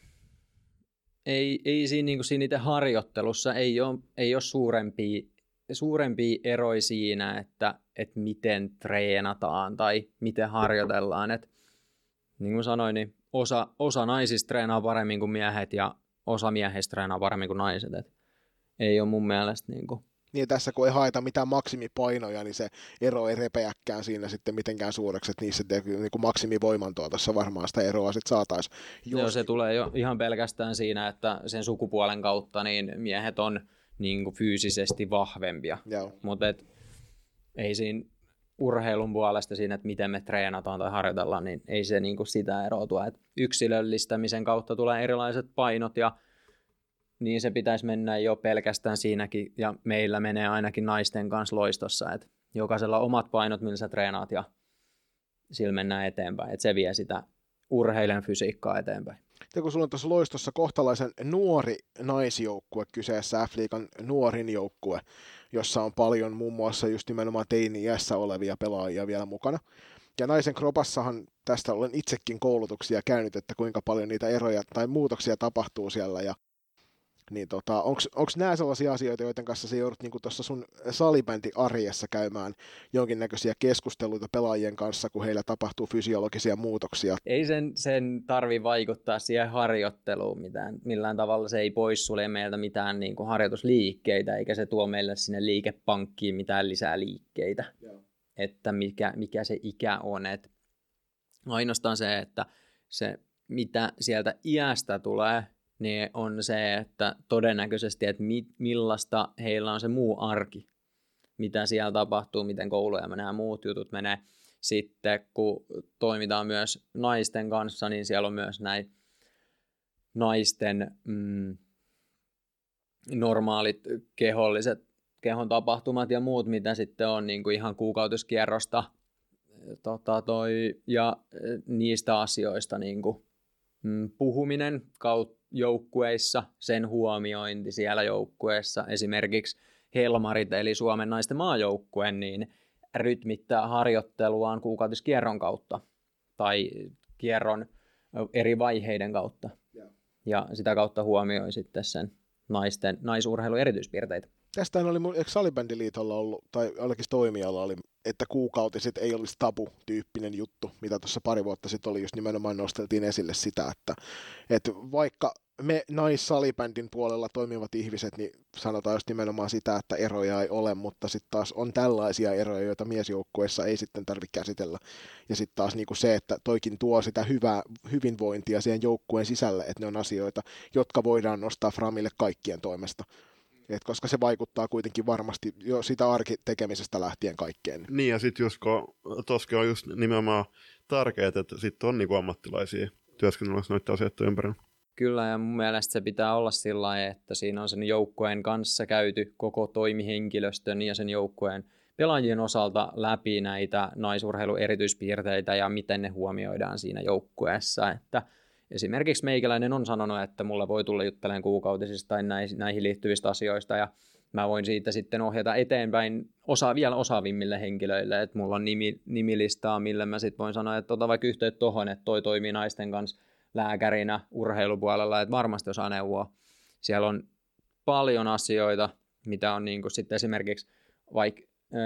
ei, ei siinä, niin kuin siinä itse harjoittelussa ei ole, ei ole suurempia, suurempia eroja siinä, että, että miten treenataan tai miten harjoitellaan. Et, niin kuin sanoin, niin osa, osa naisista treenaa paremmin kuin miehet ja osa miehistä treenaa paremmin kuin naiset. Et ei ole mun mielestä niin kuin Niin tässä kun ei haeta mitään maksimipainoja, niin se ero ei repeäkään siinä sitten mitenkään suureksi, että niissä niin kuin maksimivoimantuotossa varmaan sitä eroa sitten saataisiin. Joo, se tulee jo ihan pelkästään siinä, että sen sukupuolen kautta niin miehet on niin kuin fyysisesti vahvempia, mutta ei siinä urheilun puolesta siinä, että miten me treenataan tai harjoitellaan, niin ei se niin kuin sitä erotua. Et yksilöllistämisen kautta tulee erilaiset painot ja niin se pitäisi mennä jo pelkästään siinäkin, ja meillä menee ainakin naisten kanssa loistossa, että jokaisella omat painot, millä sä treenaat, ja sillä mennään eteenpäin, että se vie sitä urheilijan fysiikkaa eteenpäin. Ja kun sulla on tuossa loistossa kohtalaisen nuori naisjoukkue kyseessä, F-liigan nuorin joukkue, jossa on paljon muun muassa just nimenomaan teini-iässä olevia pelaajia vielä mukana. Ja naisen kropassahan tästä olen itsekin koulutuksia käynyt, että kuinka paljon niitä eroja tai muutoksia tapahtuu siellä, ja niin tota, onko nämä sellaisia asioita, joiden kanssa sä joudut niinku tuossa sun salibändi-arjessa käymään jonkinnäköisiä keskusteluita pelaajien kanssa, kun heillä tapahtuu fysiologisia muutoksia? Ei sen, sen tarvi vaikuttaa siihen harjoitteluun mitään. Millään tavalla se ei poissulje meiltä mitään niinku harjoitusliikkeitä, eikä se tuo meille sinne liikepankkiin mitään lisää liikkeitä. Joo. että mikä, mikä se ikä on. Et ainoastaan se, että se, mitä sieltä iästä tulee, niin on se, että todennäköisesti, että mi, millaista heillä on se muu arki, mitä siellä tapahtuu, miten kouluja menee ja muut jutut menee. Sitten kun toimitaan myös naisten kanssa, niin siellä on myös näin naisten mm, normaalit keholliset kehon tapahtumat ja muut, mitä sitten on niin kuin ihan kuukautiskierrosta tota toi, ja niistä asioista niin kuin, mm, puhuminen kaut- joukkueissa, sen huomiointi siellä joukkueessa, esimerkiksi Helmarit eli Suomen naisten maajoukkue, niin rytmittää harjoitteluaan kuukautiskierron kautta tai kierron eri vaiheiden kautta. Ja, ja sitä kautta huomioi sitten sen naisten, naisurheilun erityispiirteitä. Tästähän oli, eikö Salibändiliitolla ollut, tai ainakin toimijalla oli, että kuukautiset ei olisi tabu-tyyppinen juttu, mitä tuossa pari vuotta sitten oli, just nimenomaan nosteltiin esille sitä, että, että vaikka me naissalibändin puolella toimivat ihmiset, niin sanotaan just nimenomaan sitä, että eroja ei ole, mutta sitten taas on tällaisia eroja, joita miesjoukkueessa ei sitten tarvitse käsitellä. Ja sitten taas niinku se, että toikin tuo sitä hyvää hyvinvointia siihen joukkueen sisälle, että ne on asioita, jotka voidaan nostaa framille kaikkien toimesta. Et koska se vaikuttaa kuitenkin varmasti jo sitä arkitekemisestä lähtien kaikkeen. Niin, ja sitten just kun toskin on just nimenomaan tärkeää, että sitten on niinku ammattilaisia työskennellyt noiden asioiden ympärillä. Kyllä, ja mun mielestä se pitää olla sillä lailla, että siinä on sen joukkueen kanssa käyty koko toimihenkilöstön ja sen joukkueen pelaajien osalta läpi näitä naisurheilun erityispiirteitä ja miten ne huomioidaan siinä joukkueessa. Että esimerkiksi meikäläinen on sanonut, että mulle voi tulla juttelemaan kuukautisista tai näihin liittyvistä asioista, ja mä voin siitä sitten ohjata eteenpäin osa, vielä osaavimmille henkilöille, että mulla on nimi, nimilistaa, millä mä sitten voin sanoa, että ota vaikka yhteyttä tohon, että toi toimii naisten kanssa lääkärinä urheilupuolella, että varmasti osaa neuvoa. Siellä on paljon asioita, mitä on niin kuin sitten esimerkiksi vaikka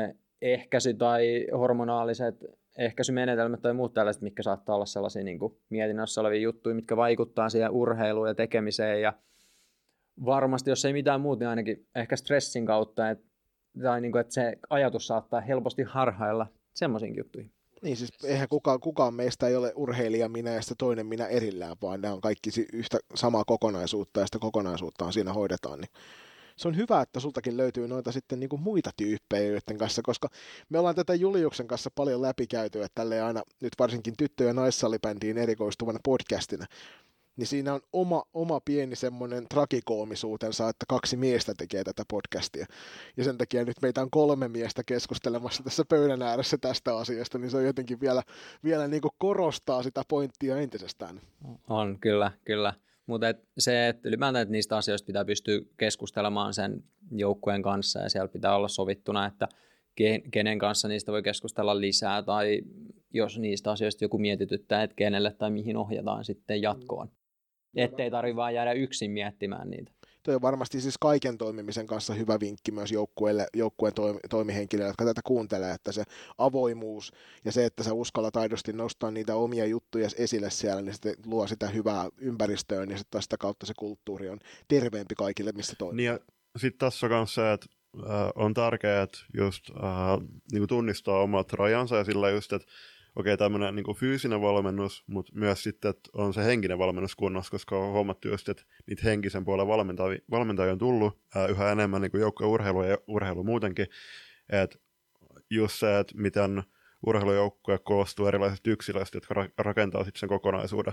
ehkäisy tai hormonaaliset ehkäisymenetelmät tai muut tällaiset, mitkä saattaa olla sellaisia niin kuin mietinnössä olevia juttuja, mitkä vaikuttaa siihen urheiluun ja tekemiseen. Ja varmasti, jos ei mitään muuta, niin ainakin ehkä stressin kautta, että, tai niin kuin, että se ajatus saattaa helposti harhailla semmoisiin juttuihin. Niin siis eihän kukaan, kukaan meistä ei ole urheilija minä ja sitä toinen minä erillään, vaan nämä on kaikki yhtä samaa kokonaisuutta ja sitä kokonaisuuttaan siinä hoidetaan. Niin se on hyvä, että sultakin löytyy noita sitten niin kuin muita tyyppejä joiden kanssa, koska me ollaan tätä Juliuksen kanssa paljon läpikäytyä, että tälleen aina nyt varsinkin tyttö- ja naissalibändiin erikoistuvana podcastina, niin siinä on oma, oma pieni semmoinen tragikoomisuutensa, että kaksi miestä tekee tätä podcastia. Ja sen takia nyt meitä on kolme miestä keskustelemassa tässä pöydän ääressä tästä asiasta, niin se on jotenkin vielä, vielä niin kuin korostaa sitä pointtia entisestään. On, kyllä, kyllä. Mutta et se, että ylipäätään että niistä asioista pitää pystyä keskustelemaan sen joukkueen kanssa, ja siellä pitää olla sovittuna, että kenen kanssa niistä voi keskustella lisää, tai jos niistä asioista joku mietityttää, että kenelle tai mihin ohjataan sitten jatkoon. Ettei tarvitse vaan jäädä yksin miettimään niitä. Tuo on varmasti siis kaiken toimimisen kanssa hyvä vinkki myös joukkueelle, joukkueen toimihenkilöille, jotka tätä kuuntelee, että se avoimuus ja se, että sä uskallat aidosti nostaa niitä omia juttuja esille siellä, niin se luo sitä hyvää ympäristöön, ja sitten sitä kautta se kulttuuri on terveempi kaikille, missä toimii. Niin ja sitten tässä on myös se, että äh, on tärkeää just äh, niin tunnistaa omat rajansa ja sillä just, että okei, tämmöinen niin fyysinen valmennus, mutta myös sitten, että on se henkinen valmennus kunnossa, koska on huomattu just, että niitä henkisen puolen valmentajia, valmentajia on tullut ää, yhä enemmän niin joukkueurheilua ja urheilu muutenkin. Että just se, että miten urheilujoukkue koostuu erilaisista yksilöistä, jotka ra- rakentaa sitten sen kokonaisuuden.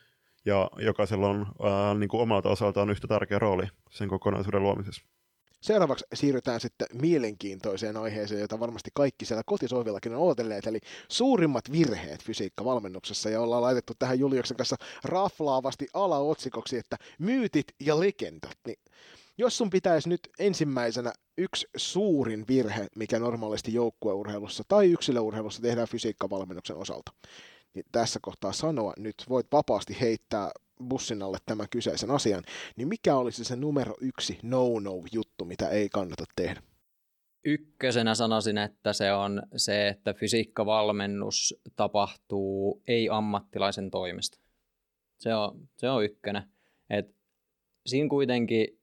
Ja jokaisella on ää, niin kuin omalta osaltaan yhtä tärkeä rooli sen kokonaisuuden luomisessa. Seuraavaksi siirrytään sitten mielenkiintoiseen aiheeseen, jota varmasti kaikki siellä kotisohvillakin on odotelleet, eli suurimmat virheet fysiikkavalmennuksessa, ja ollaan laitettu tähän Juliuksen kanssa raflaavasti alaotsikoksi, että myytit ja legendat. Niin jos sun pitäisi nyt ensimmäisenä yksi suurin virhe, mikä normaalisti joukkueurheilussa tai yksilöurheilussa tehdään fysiikkavalmennuksen osalta, niin tässä kohtaa sanoa, nyt voit vapaasti heittää bussin alle tämän kyseisen asian, niin mikä olisi se numero yksi no-no-juttu, mitä ei kannata tehdä? Ykkösenä sanoisin, että se on se, että fysiikkavalmennus tapahtuu ei-ammattilaisen toimesta. Se on, se on ykkönen. Et siinä kuitenkin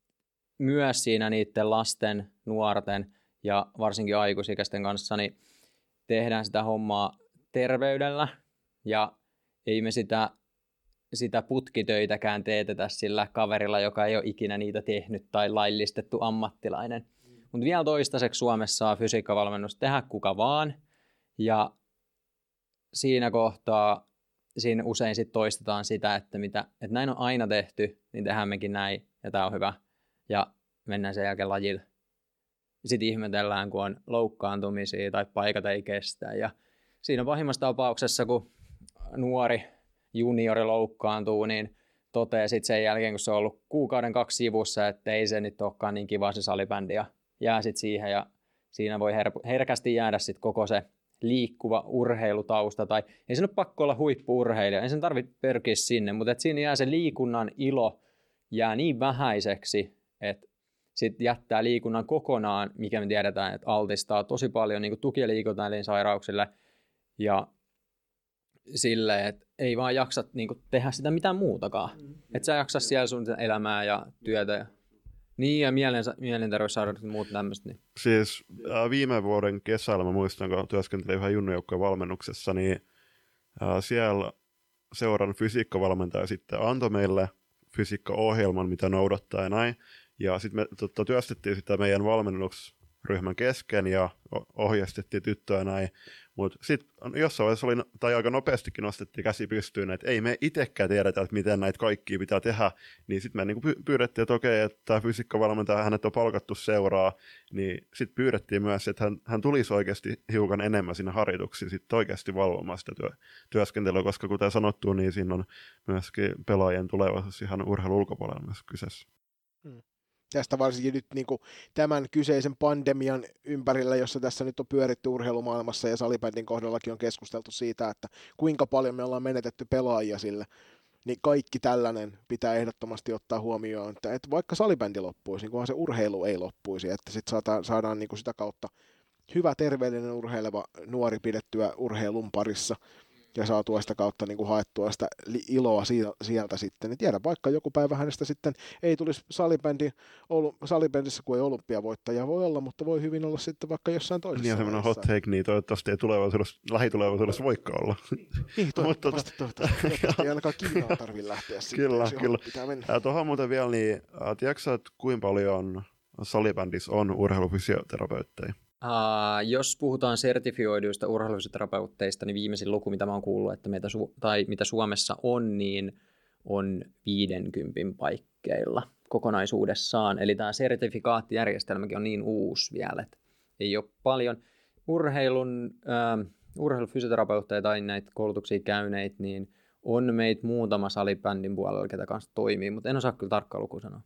myös siinä niiden lasten, nuorten ja varsinkin aikuisikäisten kanssa, niin tehdään sitä hommaa terveydellä ja ei me sitä, sitä putkitöitäkään teetetä sillä kaverilla, joka ei ole ikinä niitä tehnyt tai laillistettu ammattilainen. Mutta vielä toistaiseksi Suomessa saa fysiikkavalmennus tehdä kuka vaan ja siinä kohtaa siinä usein sit toistetaan sitä, että, mitä, että näin on aina tehty, niin tehdään mekin näin ja tämä on hyvä ja mennään sen jälkeen lajille. Sitten ihmetellään, kun on loukkaantumisia tai paikat ei kestä. Ja siinä pahimmassa tapauksessa, kun nuori juniori loukkaantuu, niin toteaa sitten sen jälkeen, kun se on ollut kuukauden kaksi sivussa, että ei se nyt olekaan niin kiva se salibändi ja jää sitten siihen. Ja siinä voi her- herkästi jäädä sitten koko se liikkuva urheilutausta. Tai ei sen ole pakko olla huippu-urheilija, ei sen tarvitse pyrkiä sinne, mutta et siinä jää se liikunnan ilo jää niin vähäiseksi, että sitten jättää liikunnan kokonaan, mikä me tiedetään, että altistaa tosi paljon niin kuin tuki- ja liikuntaelinsairauksille ja sille, että ei vaan jaksa niin kuin tehdä sitä mitään muutakaan. Mm. Että sä jaksa siellä sun elämää ja työtä. Ja, niin, ja mielenterveyssairaudet ja muut tämmöistä. Niin. Siis äh, viime vuoden kesällä, mä muistan, kun työskentelin yhden junnujoukkojen valmennuksessa, niin äh, siellä seuran fysiikkavalmentaja sitten antoi meille fysiikkaohjelman, mitä noudattaa ja näin. Ja sitten me totta, työstettiin sitä meidän valmennusryhmän kesken ja ohjeistettiin tyttöä näin. Mutta sitten jossain vaiheessa oli, tai aika nopeastikin nostettiin käsi pystyyn, että ei me itsekään tiedetä, että miten näitä kaikkia pitää tehdä. Niin sitten me niinku pyydettiin, että okei, että tämä fysiikkavalmentaja, hänet on palkattu seuraa. Niin sitten pyydettiin myös, että hän, hän tulisi oikeasti hiukan enemmän sinne harjoituksiin sitten oikeasti valvomaan sitä työ, työskentelyä, koska kuten sanottu, niin siinä on myöskin pelaajien tulevaisuus ihan urheilun ulkopuolella myös kyseessä. Hmm. Tästä varsinkin nyt niin kuin tämän kyseisen pandemian ympärillä, jossa tässä nyt on pyöritty urheilumaailmassa ja salibändin kohdallakin on keskusteltu siitä, että kuinka paljon me ollaan menetetty pelaajia sillä, niin kaikki tällainen pitää ehdottomasti ottaa huomioon, että, että vaikka salibändi loppuisi, niin kunhan se urheilu ei loppuisi, että sitten saadaan, saadaan niin kuin sitä kautta hyvä, terveellinen, urheileva nuori pidettyä urheilun parissa ja saatua sitä kautta niin kuin haettua sitä iloa sieltä sitten. Niin tiedä, vaikka joku päivä hänestä sitten ei tulisi salibändi, salibändissä, kun ei olympiavoittaja voi olla, mutta voi hyvin olla sitten vaikka jossain toisessa. Niin on semmoinen hot take, niin toivottavasti ei tulevaisuudessa, lähitulevaisuudessa voikaan olla. Niin, toivottavasti, toivottavasti, toivottavasti ei ainakaan Kiinaan tarvitse lähteä sitten, kyllä, jos kyllä. pitää mennä. Ja tuohon muuten vielä, niin tiedätkö sä, että kuinka paljon salibändissä on urheilufysioterapeutteja? Uh, jos puhutaan sertifioiduista urheilufysioterapeutteista, niin viimeisin luku, mitä mä oon kuullut, että meitä Su- tai mitä Suomessa on, niin on viidenkympin paikkeilla kokonaisuudessaan. Eli tämä sertifikaattijärjestelmäkin on niin uusi vielä, että ei ole paljon urheilun, uh, urheilufysioterapeutteja tai näitä koulutuksia käyneitä, niin on meitä muutama salibändin puolella, ketä kanssa toimii, mutta en osaa kyllä tarkkaa lukua sanoa.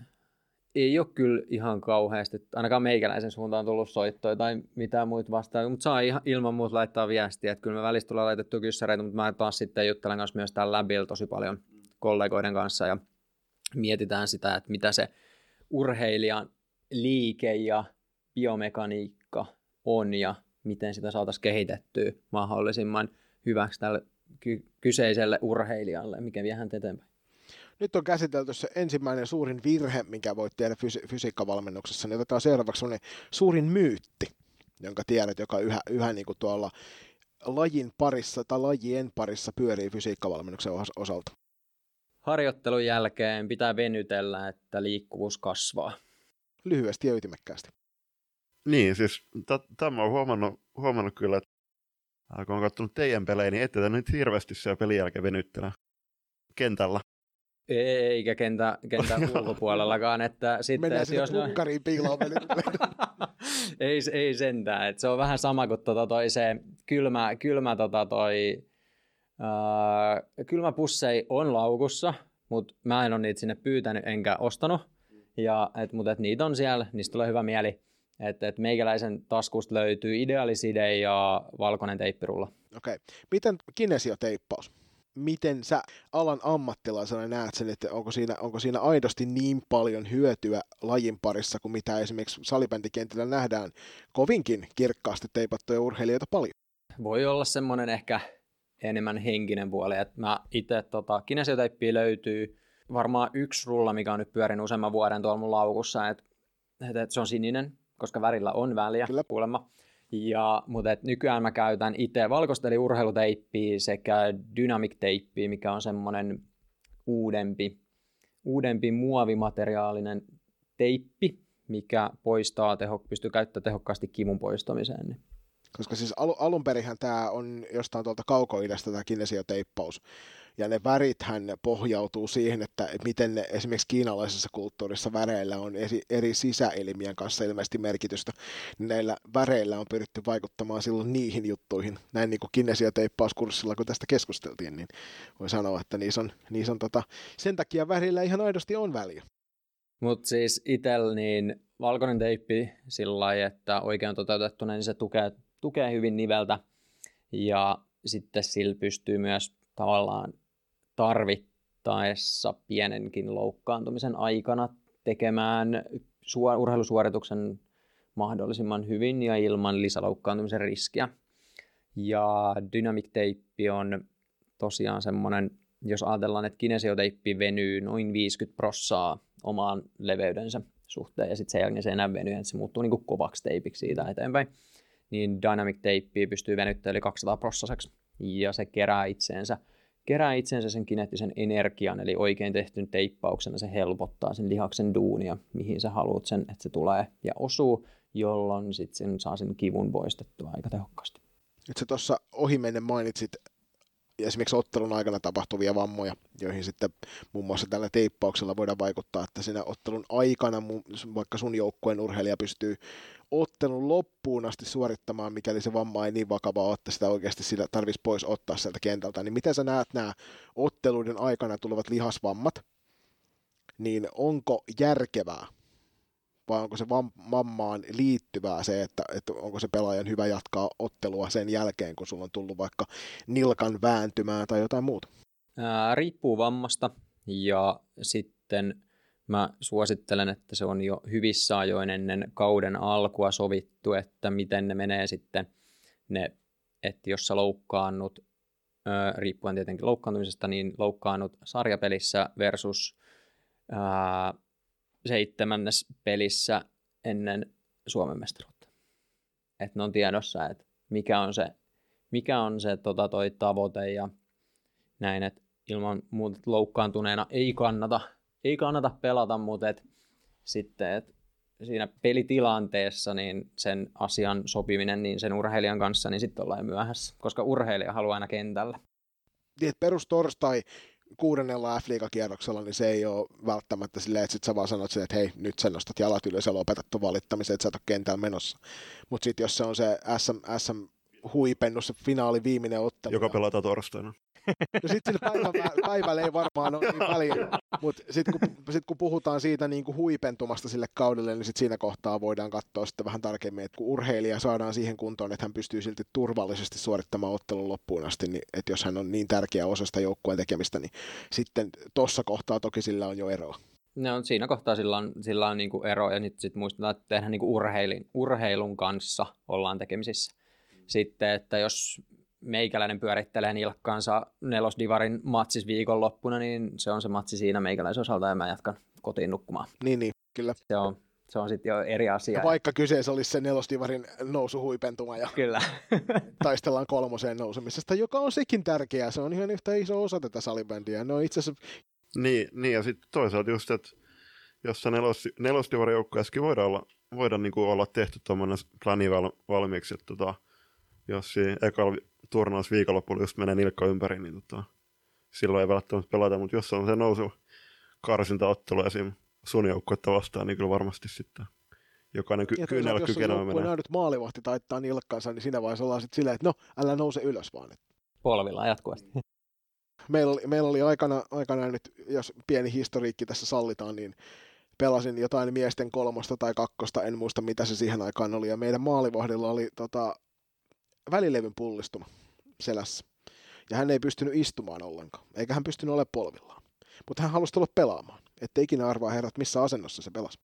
Ei ole kyllä ihan kauheasti, ainakaan meikäläisen suuntaan on tullut soittoja tai mitään muita vastaan, mutta saa ihan ilman muuta laittaa viestiä, että kyllä me välistä tulee laitettu kyssäreitä, mutta mä taas sitten juttelen kanssa myös täällä läbillä tosi paljon kollegoiden kanssa ja mietitään sitä, että mitä se urheilijan liike ja biomekaniikka on ja miten sitä saataisiin kehitettyä mahdollisimman hyväksi tälle ky- kyseiselle urheilijalle, mikä vie häntä eteenpäin. Nyt on käsitelty se ensimmäinen suurin virhe, mikä voit tehdä fysi- fysiikkavalmennuksessa, niin otetaan seuraavaksi sellainen suurin myytti, jonka tiedät, joka yhä, yhä niin kuin tuolla lajin parissa tai lajien parissa pyörii fysiikkavalmennuksen osalta. Harjoittelun jälkeen pitää venytellä, että liikkuvuus kasvaa. Lyhyesti ja ytimekkäästi. Niin, siis t- tämä on huomannut, huomannut kyllä, että kun on katsonut teidän pelejä, niin ette te nyt hirveästi siellä pelin jälkeen venyttele kentällä. Eikä kentä, kentän ulkopuolellakaan. Että sitten, mennään sinne jos lukkariin piiloon. ei, ei sentään. Että se on vähän sama kuin tota toi se kylmä, kylmä, tota toi, äh, kylmä pussei on laukussa, mutta mä en ole niitä sinne pyytänyt enkä ostanut. Ja, et, mutta et niitä on siellä, niistä tulee hyvä mieli. Että et meikäläisen taskusta löytyy ideaaliside ja valkoinen teippirulla. Okei. Okay. Miten kinesioteippaus? Miten sä alan ammattilaisena näet sen, että onko siinä, onko siinä aidosti niin paljon hyötyä lajin parissa kuin mitä esimerkiksi salibändikentillä nähdään kovinkin kirkkaasti teipattuja urheilijoita paljon? Voi olla semmoinen ehkä enemmän henkinen puoli, että mä itse tota, kinesioteippiä löytyy varmaan yksi rulla, mikä on nyt pyörinyt useamman vuoden tuolla mun laukussa, että, että se on sininen, koska värillä on väliä kuulemma. Ja, mutta et nykyään mä käytän itse valkoista eli urheiluteippiä sekä dynamic-teippiä, mikä on semmoinen uudempi, uudempi muovimateriaalinen teippi, mikä poistaa teho, pystyy käyttämään tehokkaasti kivun poistamiseen. Niin. Koska siis al- alunperinhän tämä on jostain tuolta kaukoidästä tämä kinesioteippaus. Ja ne värithän pohjautuu siihen, että miten ne esimerkiksi kiinalaisessa kulttuurissa väreillä on eri, eri sisäelimien kanssa ilmeisesti merkitystä. Näillä väreillä on pyritty vaikuttamaan silloin niihin juttuihin. Näin niin kuin kinesioteippauskurssilla, kun tästä keskusteltiin, niin voi sanoa, että niissä on, niissä on tota, sen takia värillä ihan aidosti on väliä. Mutta siis itsellä niin valkoinen teippi sillä lailla, että oikein toteutettuna, niin se tukee, tukee hyvin niveltä. Ja sitten sillä pystyy myös tavallaan tarvittaessa pienenkin loukkaantumisen aikana tekemään suor- urheilusuorituksen mahdollisimman hyvin ja ilman lisäloukkaantumisen riskiä. Ja dynamic-teippi on tosiaan semmoinen, jos ajatellaan, että kinesioteippi venyy noin viisikymmentä prosenttia omaan leveydensä suhteen ja sitten sen jälkeen se enää venyy, että se muuttuu niin kuin kovaksi teipiksi siitä eteenpäin, niin dynamic-teippi pystyy venyttämään yli kaksisataa prosenttiseksi ja se kerää itseensä kerää itsensä sen kineettisen energian, eli oikein tehtyn teippauksena se helpottaa sen lihaksen duunia, mihin sä haluat sen, että se tulee ja osuu, jolloin sitten sen saa sen kivun poistettua aika tehokkaasti. Nyt sä tuossa ohimennen mainitsit esimerkiksi ottelun aikana tapahtuvia vammoja, joihin sitten muun muassa tällä teippauksella voidaan vaikuttaa, että siinä ottelun aikana vaikka sun joukkueen urheilija pystyy ottelun loppuun asti suorittamaan, mikäli se vamma ei niin vakavaa ole, että sitä oikeasti sitä tarvitsisi pois ottaa sieltä kentältä. Niin miten sä näet nämä otteluiden aikana tulevat lihasvammat, niin onko järkevää vai onko se vammaan liittyvää se, että, että onko se pelaajan hyvä jatkaa ottelua sen jälkeen, kun sulla on tullut vaikka nilkan vääntymää tai jotain muuta? Ää, riippuu vammasta ja sitten mä suosittelen, että se on jo hyvissä ajoin ennen kauden alkua sovittu, että miten ne menee sitten ne, että jos sä loukkaannut, ää, riippuen tietenkin loukkaantumisesta, niin loukkaannut sarjapelissä versus ää, seitsemännes pelissä ennen Suomen mestaruutta. Että ne on tiedossa, että mikä on se, mikä on se tota, toi tavoite ja näin, että ilman muuta loukkaantuneena ei kannata, ei kannata pelata, mutta et, sitten et siinä pelitilanteessa niin sen asian sopiminen niin sen urheilijan kanssa, niin sitten ollaan jo myöhässä, koska urheilija haluaa aina kentällä. Perus torstai kuudennella F-liigakierroksella, niin se ei ole välttämättä silleen, että sit sä vaan sanot silleen, että hei, nyt sä nostat jalat ylös ja lopetat tuon valittamisen, että sä et ole kentällä menossa. Mutta sitten jos se on se S M, S M-huipennus, se finaali viimeinen ottelu. Joka pelataan torstaina. No sitten sillä päivä, päivällä ei varmaan ole niin väliä, mutta sitten kun, sit kun puhutaan siitä niin kuin huipentumasta sille kaudelle, niin sit siinä kohtaa voidaan katsoa sitten vähän tarkemmin, että kun urheilija saadaan siihen kuntoon, että hän pystyy silti turvallisesti suorittamaan ottelun loppuun asti, niin että jos hän on niin tärkeä osa sitä joukkueen tekemistä, niin sitten tuossa kohtaa toki sillä on jo eroa. No, siinä kohtaa sillä on, sillä on niin kuin ero, ja nyt sitten muistetaan, että tehdään niin kuin urheilun, urheilun kanssa ollaan tekemisissä. Sitten, että jos meikäläinen pyörittelee nilkkaansa nelosdivarin matsis viikonloppuna, niin se on se matsi siinä meikäläisen osalta ja mä jatkan kotiin nukkumaan. Niin, niin, kyllä. Se on, se on sitten jo eri asia. Ja vaikka kyseessä olisi se nelosdivarin nousuhuipentuma ja kyllä. taistellaan kolmoseen nousemisesta, joka on sekin tärkeää. Se on ihan yhtä iso osa tätä salibändiä. No itse asiassa... Niin, niin, ja sitten toisaalta just, että jos se nelos, nelosdivarin joukkueessakin voidaan olla, voidaan niinku olla tehty tuommoinen plani val, valmiiksi, että tota, jos siinä ekalla turnaus viikonloppuun just menee nilkka ympäri, niin tota, silloin ei välttämättä pelata, mutta jos on se nousu karsintaottelu esim. Sun joukkuetta vastaan, niin kyllä varmasti sitten jokainen ky- kyynellä kykenevä menee. Jos on joukkueen ainut maalivahti taittaa nilkkansa, niin siinä vaiheessa ollaan sitten silleen, että no, älä nouse ylös vaan. Polvillaan jatkuvasti. Meillä oli, meillä oli aikana, aikana nyt, jos pieni historiikki tässä sallitaan, niin pelasin jotain miesten kolmosta tai kakkosta, en muista mitä se siihen aikaan oli, ja meidän maalivahdilla oli tota, välilevyn pullistuma selässä. Ja hän ei pystynyt istumaan ollenkaan, eikä hän pystynyt olemaan polvillaan. Mutta hän halusi tulla pelaamaan, ettei ikinä arvaa herrat, missä asennossa se pelasi.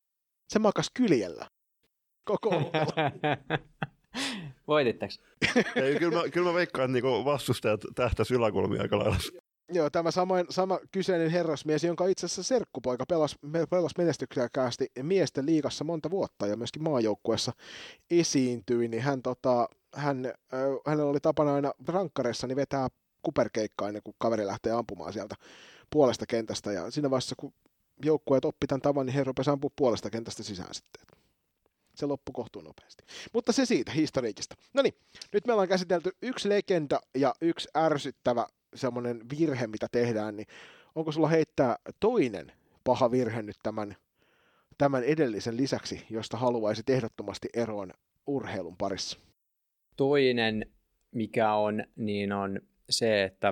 Se makas kyljellä. Koko Voititteko? Ei, kyllä, mä, kyllä mä veikkaan, että niinku vastustajat tähtäisi yläkulmia aika lailla. Joo, tämä sama, sama kyseinen herrasmies, jonka itse asiassa serkkupoika pelasi, pelasi menestyksekkäästi miesten liigassa monta vuotta ja myöskin maajoukkueessa esiintyi, niin hän, tota, hän, äh, hänellä oli tapana aina rankkareissa niin vetää kuperkeikkaa ennen kuin kaveri lähtee ampumaan sieltä puolesta kentästä, ja siinä vaiheessa kun joukkueet oppi tämän tavan, niin he rupesivat ampumaan puolesta kentästä sisään sitten. Se loppui kohtuun nopeasti. Mutta se siitä historiikista. No niin, nyt me ollaan käsitelty yksi legenda ja yksi ärsyttävä semmoinen virhe, mitä tehdään, niin onko sulla heittää toinen paha virhe nyt tämän, tämän edellisen lisäksi, josta haluaisit ehdottomasti eroon urheilun parissa? Toinen, mikä on, niin on se, että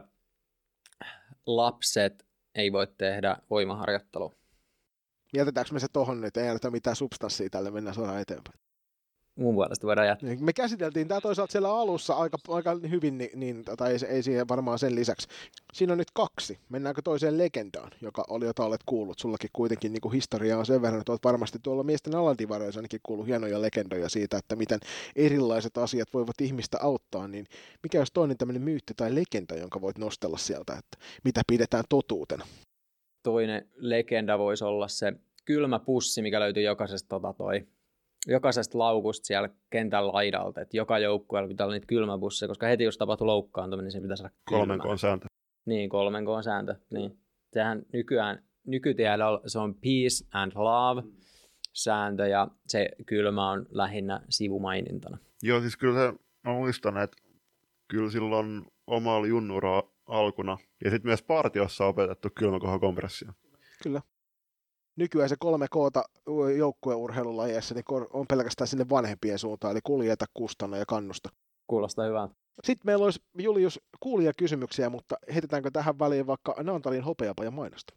lapset ei voi tehdä voimaharjoittelua. Jätetäänkö me se tohon nyt? Ei anneta mitään substanssia tälle, mennään suoraan eteenpäin. Mun puolesta voidaan jättää. Me käsiteltiin tämä toisaalta siellä alussa aika, aika hyvin, niin, niin tai ei, ei siihen varmaan sen lisäksi. Siinä on nyt kaksi. Mennäänkö toiseen legendaan, joka oli, jota olet kuullut? Sullakin kuitenkin niin kuin historiaa on sen verran, että olet varmasti tuolla miesten alantivaroissa ainakin kuullut hienoja legendoja siitä, että miten erilaiset asiat voivat ihmistä auttaa. Niin mikä olisi toinen tämmöinen myytti tai legenda, jonka voit nostella sieltä, että mitä pidetään totuutena? Toinen legenda voisi olla se kylmä pussi, mikä löytyy jokaisesta, tota toi, jokaisesta laukusta siellä kentän laidalta. Et joka joukkueella pitää olla niitä kylmäpusseja, koska heti jos tapahtuu loukkaantuminen, niin se pitää saada kylmää. Kolmen koon sääntö. Niin, kolmen koon sääntö. Niin. Sehän nykyään, nykytiellä se on peace and love sääntö, ja se kylmä on lähinnä sivumainintana. Joo, siis kyllä se, mä muistan, että kyllä silloin omalla junnuraa alkuna, ja sitten myös partiossa on opetettu kylmäkohokompressio. Kyllä. Nykyään se kolme koota joukkueurheilulajeissa niin on pelkästään sinne vanhempien suuntaan, eli kuljeta, kustanna ja kannusta. Kuulostaa hyvältä. Sitten meillä olisi, Julius, kuulijakysymyksiä, mutta heitetäänkö tähän väliin vaikka Naantalin hopeapajan mainosta?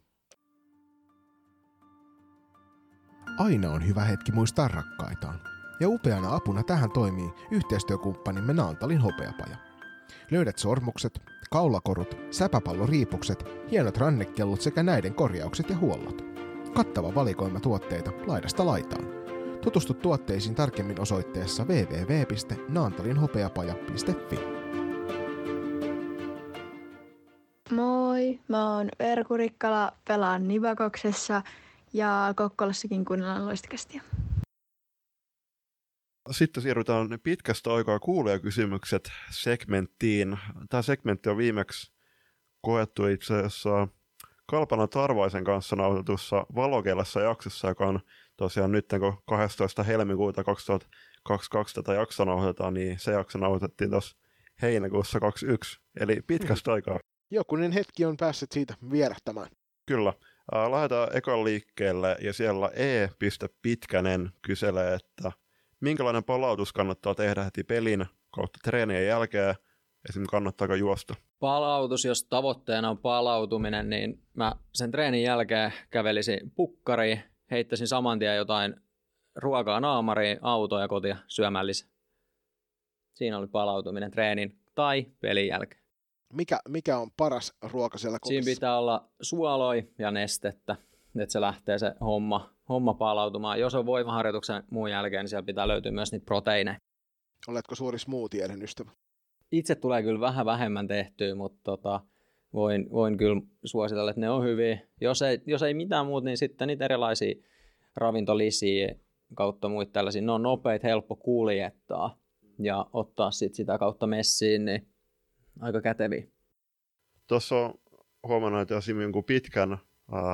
Aina on hyvä hetki muistaa rakkaitaan. Ja upeana apuna tähän toimii yhteistyökumppanimme Naantalin hopeapaja. Löydät sormukset, kaulakorut, säpäpalloriipukset, hienot rannekellut sekä näiden korjaukset ja huollot. Kattava valikoima tuotteita laidasta laitaan. Tutustu tuotteisiin tarkemmin osoitteessa double-u double-u double-u piste naantalinhopeapaja piste fi. Moi, mä oon Verku Rikkala, pelaan Nivakoksessa ja Kokkolassakin kuunnellaan Loistokästiä. Sitten siirrytään pitkästä aikaa kuulijakysymykset segmenttiin. Tämä segmentti on viimeksi koettu itse asiassa Kalpana Tarvaisen kanssa nauhoitetussa Valokeilassa jaksossa, joka on tosiaan nyt, kun kahdestoista helmikuuta kaksituhattakaksikymmentäkaksi tätä jaksoa nauhoitetaan, niin se jakso nauhoitettiin tuossa heinäkuussa kaksikymmentäyksi, eli pitkästä aikaa. Jokunen hetki on päässyt siitä vierähtämään. Kyllä. Äh, lähdetään ekan liikkeelle, ja siellä E. Pitkänen kyselee, että minkälainen palautus kannattaa tehdä heti pelin kautta treenien jälkeen, esimerkiksi kannattaako juosta? Palautus, jos tavoitteena on palautuminen, niin mä sen treenin jälkeen kävelisin pukkariin, heittäisin saman tien jotain ruokaa naamariin, autoa ja kotia syömällisen. Siinä oli palautuminen treenin tai pelin jälkeen. Mikä, mikä on paras ruoka siellä kokissa? Siinä pitää olla suoloi ja nestettä, että se lähtee se homma, homma palautumaan. Jos on voimaharjoituksen muun jälkeen, niin siellä pitää löytyä myös niitä proteiineja. Oletko suuri smoothieiden ystävä? Itse tulee kyllä vähän vähemmän tehtyä, mutta tota, voin, voin kyllä suositella, että ne on hyviä. Jos ei, jos ei mitään muuta, niin sitten niitä erilaisia ravintolisiä kautta muita tällaisia. Ne on nopeita, helppo kuljettaa ja ottaa sit sitä kautta messiin, niin aika käteviä. Tuossa on huomannut, että jos jonkun pitkän äh,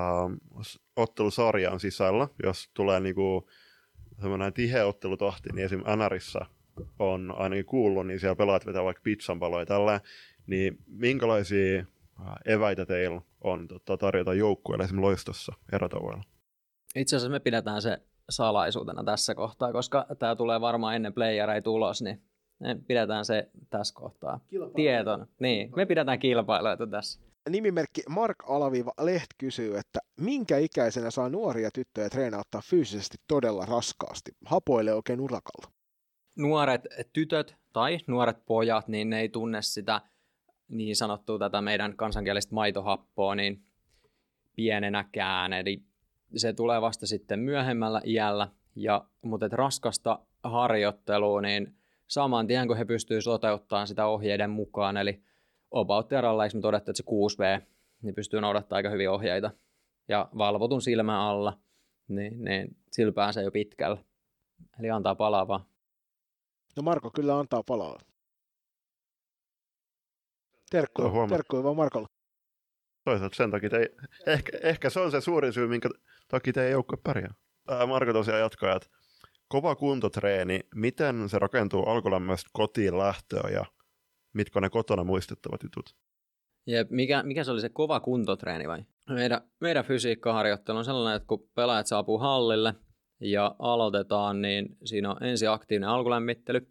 ottelusarjan sisällä, jos tulee niinku semmoinen tiheä ottelutahti, niin esimerkiksi N R:ssä on ainakin kuullut, niin siellä pelaat vetää vaikka pizzanpaloja tälleen, niin minkälaisia eväitä teillä on tota, tarjota joukkueelle esimerkiksi Loistossa erätauoilla? Itse asiassa me pidetään se salaisuutena tässä kohtaa, koska tämä tulee varmaan ennen playereita tulos, niin me pidetään se tässä kohtaa tietona. Niin, me pidetään kilpailuita tässä. Nimimerkki Mark-Leht kysyy, että minkä ikäisenä saa nuoria tyttöjä treenauttaa fyysisesti todella raskaasti? Hapoilee oikein urakalla. Nuoret tytöt tai nuoret pojat, niin ne ei tunne sitä niin sanottua tätä meidän kansankielistä maitohappoa niin pienenäkään. Eli se tulee vasta sitten myöhemmällä iällä. Ja, mutta et raskasta harjoittelua, niin saman tien kun he pystyvät toteuttamaan sitä ohjeiden mukaan, eli about ja ralla, eikö me todettu, että se kuusi V, niin pystyy noudattamaan aika hyvin ohjeita. Ja valvotun silmän alla, niin, niin sillä pääsee jo pitkälle. Eli antaa palaa vaan. No Marko kyllä antaa palaa. Terkkuja, terkkuja vaan Markolle. Toisaalta sen takia, ei, ehkä, ehkä se on se suurin syy, minkä takia teidän joukkue pärjää. Ää, Marko tosiaan jatkaa, että kova kuntotreeni, miten se rakentuu alkulämmöstä kotiin lähtöön ja mitkä on ne kotona muistettavat jutut? Ja mikä, mikä se oli se kova kuntotreeni vai? Meidän, meidän fysiikkaharjoittelu on sellainen, että kun pelaajat saapuu hallille ja aloitetaan, niin siinä on ensin aktiivinen alkulämmittely.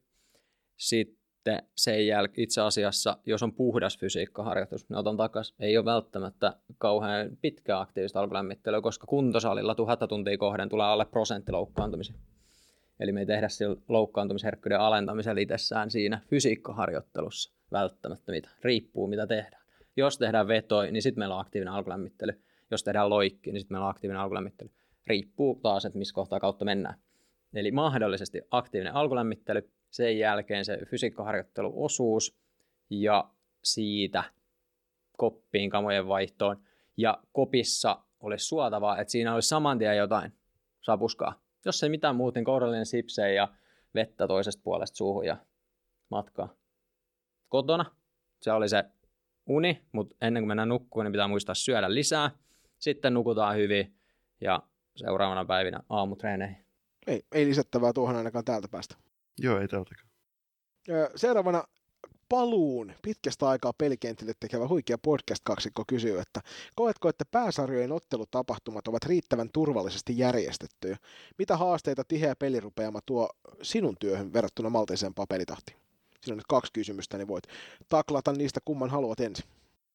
Sitten sen jälkeen itse asiassa, jos on puhdas fysiikkaharjoitus, niin otan takaisin. Ei ole välttämättä kauhean pitkää aktiivista alkulämmittelyä, koska kuntosalilla tuhatta tuntia kohden tulee alle prosentti loukkaantumisia. Eli me ei tehdä sillä loukkaantumisherkkyyden alentamisella itsessään siinä fysiikkaharjoittelussa välttämättä mitään. Riippuu mitä tehdään. Jos tehdään vetoi, niin sitten meillä on aktiivinen alkulämmittely. Jos tehdään loikki, niin sitten meillä on aktiivinen alkulämmittely. Riippuu taas, että missä kohtaa kautta mennään. Eli mahdollisesti aktiivinen alkulämmittely, sen jälkeen se fysiikkaharjoitteluosuus ja siitä koppiin kamojen vaihtoon. Ja kopissa olisi suotavaa, että siinä olisi saman tien jotain sapuskaa. Jos ei mitään muuta, niin kourallinen sipsejä ja vettä toisesta puolesta suuhun ja matkaa. Kotona se oli se uni, mutta ennen kuin mennään nukkuun, niin pitää muistaa syödä lisää. Sitten nukutaan hyvin ja seuraavana päivinä aamutreeneihin. Ei, ei lisättävää tuohon ainakaan täältä päästä. Joo, ei täältäkään. Seuraavana paluun pitkästä aikaa pelikentille tekevä huikea podcast-kaksikko kysyy, että koetko, että pääsarjojen ottelutapahtumat ovat riittävän turvallisesti järjestettyjä? Mitä haasteita tiheä pelirupeama tuo sinun työhön verrattuna malteiseen pelitahtiin? Siinä on nyt kaksi kysymystä, niin voit taklata niistä kumman haluat ensin.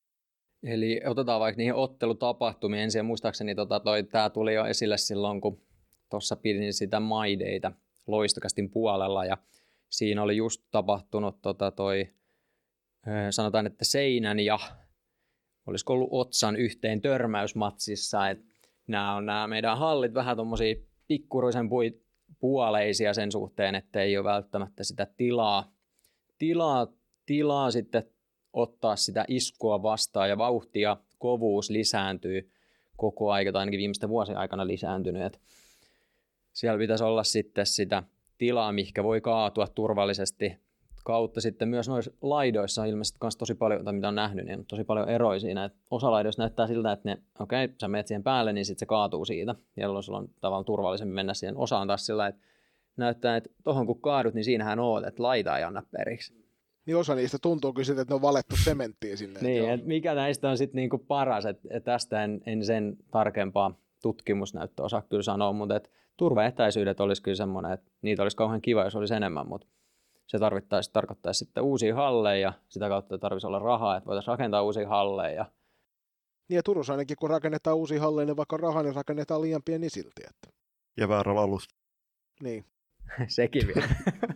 Eli otetaan vaikka niihin ottelutapahtumiin ensin. Muistaakseni tota tämä tuli jo esille silloin, kun tuossa pidin sitä maideita Loistokastin puolella. Ja siinä oli just tapahtunut tota toi, sanotaan, että seinän ja olisiko ollut otsan yhteen törmäysmatsissa. Et nämä on nämä meidän hallit vähän tuommoisia pikkuruisen puoleisia sen suhteen, että ei ole välttämättä sitä tilaa, tilaa, tilaa sitten ottaa sitä iskua vastaan ja vauhti ja kovuus lisääntyy koko aika tai ainakin viimeisten vuosien aikana lisääntynyt. Et siellä pitäisi olla sitten sitä tilaa, mihinkä voi kaatua turvallisesti kautta sitten myös noissa laidoissa on ilmeisesti myös tosi paljon, tai mitä on nähnyt, niin on tosi paljon eroja siinä. Et osa laidoissa näyttää siltä, että ne, okei, okay, sä menet siihen päälle, niin sitten se kaatuu siitä, jolloin sulla on tavallaan turvallisemmin mennä siihen. Osa on taas sillä, että näyttää, että tohon kun kaadut, niin siinähän oot, että laita ei anna periksi. Niin osa niistä tuntuu kyllä sitten, että ne on valettu sementtiin sinne. Niin, että mikä näistä on sitten niinku paras, että et tästä en, en sen tarkempaa tutkimusnäyttöä osaa kyllä sanoa, mutta et turvaetäisyydet olisi kyllä semmoinen, että niitä olisi kauhean kiva, jos olisi enemmän, mutta se tarvittaisi, tarkoittaisi sitten uusia halleja ja sitä kautta tarvitsisi olla rahaa, että voitaisiin rakentaa uusia halleja. Niin ja Turussa ainakin, kun rakennetaan uusia halleja, niin vaikka rahaa, niin rakennetaan liian pieni silti. Että... Ja väärällä alusta. Niin. Sekin vielä.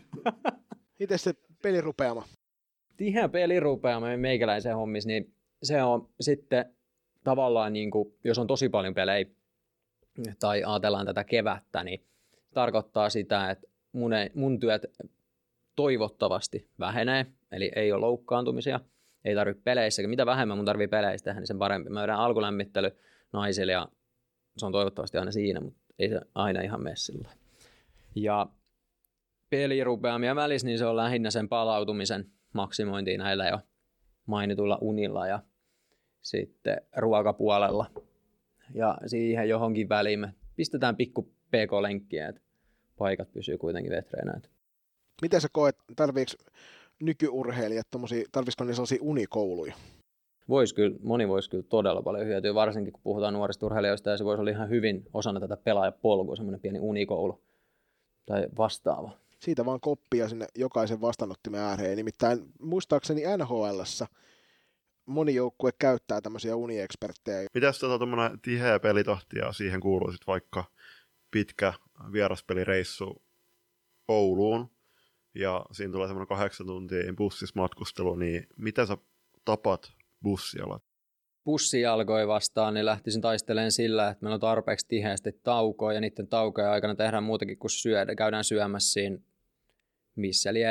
Itse se pelirupeama. Tiheä pelirupeama meikäläisen hommissa, niin se on sitten tavallaan, niin kuin, jos on tosi paljon pelejä, tai ajatellaan tätä kevättä, niin tarkoittaa sitä, että mun, ei, mun työt toivottavasti vähenee, eli ei ole loukkaantumisia, ei tarvitse peleissä, mitä vähemmän mun tarvii peleissä tehdä, niin sen parempi. Mä vedän alkulämmittely naisille ja se on toivottavasti aina siinä, mutta ei se aina ihan mene sillä. Ja pelirupeamia välissä, niin se on lähinnä sen palautumisen maksimointiin näillä jo mainituilla unilla ja sitten ruokapuolella. Ja siihen johonkin väliin me pistetään pikku pk-lenkkiä, että paikat pysyy kuitenkin vetreenä. Miten sä koet, tarviiko nykyurheilijat, tarvitsisiko ne sellaisia unikouluja? Vois kyllä, moni voisi kyllä todella paljon hyötyä, varsinkin kun puhutaan nuorista urheilijoista, ja se voisi olla ihan hyvin osana tätä pelaajapolkua, semmoinen pieni unikoulu tai vastaava. Siitä vaan koppia sinne jokaisen vastaanottimen ääreen. Nimittäin muistaakseni N H L:ssä moni joukkue käyttää tämmöisiä unieksperttejä. Mitäs tota tuommoinen tiheä pelitahti ja siihen kuuluu sitten vaikka pitkä vieraspelireissu Ouluun ja siinä tulee semmoinen kahdeksan tuntia bussissa matkustelu, niin mitä sä tapat bussialla? Bussijalkoja vastaan, niin lähtisin taistelemaan sillä, että meillä on tarpeeksi tiheästi taukoa ja niiden taukojen aikana tehdään muutakin kuin syödä. Käydään syömässä siinä missä lie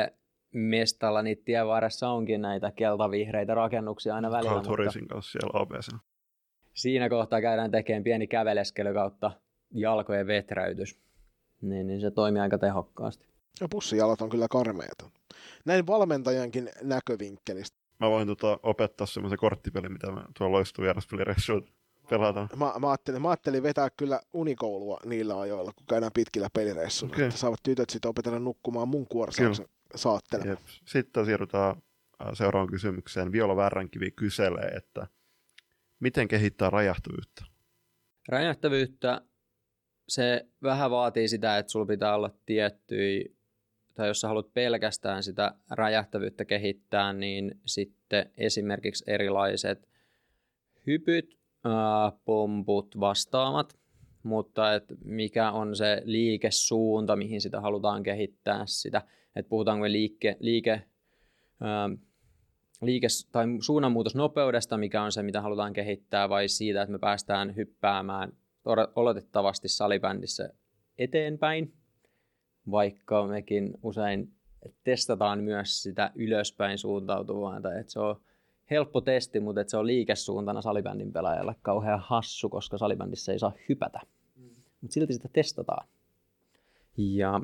mestalla niitä tien varressa onkin näitä keltavihreitä rakennuksia aina välillä. Carl Torisin kanssa siellä A B C:nä. Siinä kohtaa käydään tekemään pieni käveleskely kautta jalkojen veträytys. Niin, niin se toimii aika tehokkaasti. Ja pussijalat on kyllä karmeita. Näin valmentajankin näkövinkkelistä. Mä voin tota opettaa semmoisen korttipelin, mitä me tuolla loistuvieraspelireissuilla pelataan. Mä, mä, ajattelin, mä ajattelin vetää kyllä unikoulua niillä ajoilla, kun käydään pitkillä pelireissuilla. Okay. Että saavat tytöt sitten opetella nukkumaan mun kuorsauksen saattelemaan. Sitten siirrytään seuraavaan kysymykseen. Viola Värränkivi kyselee, että miten kehittää räjähtävyyttä? Räjähtävyyttä, se vähän vaatii sitä, että sulla pitää olla tiettyjä, tai jos sä haluat pelkästään sitä räjähtävyyttä kehittää, niin sitten esimerkiksi erilaiset hypyt, ää, pomput, vastaavat, mutta et mikä on se liikesuunta, mihin sitä halutaan kehittää sitä, että puhutaanko liike, liike, ää, liike tai suunnanmuutosnopeudesta, mikä on se, mitä halutaan kehittää, vai siitä, että me päästään hyppäämään oletettavasti salibändissä eteenpäin, vaikka mekin usein testataan myös sitä ylöspäin suuntautuvaa, tai että se on helppo testi, mutta että se on liikesuuntana salibändin pelaajalle kauhean hassu, koska salibändissä ei saa hypätä, mm. mutta silti sitä testataan. Ja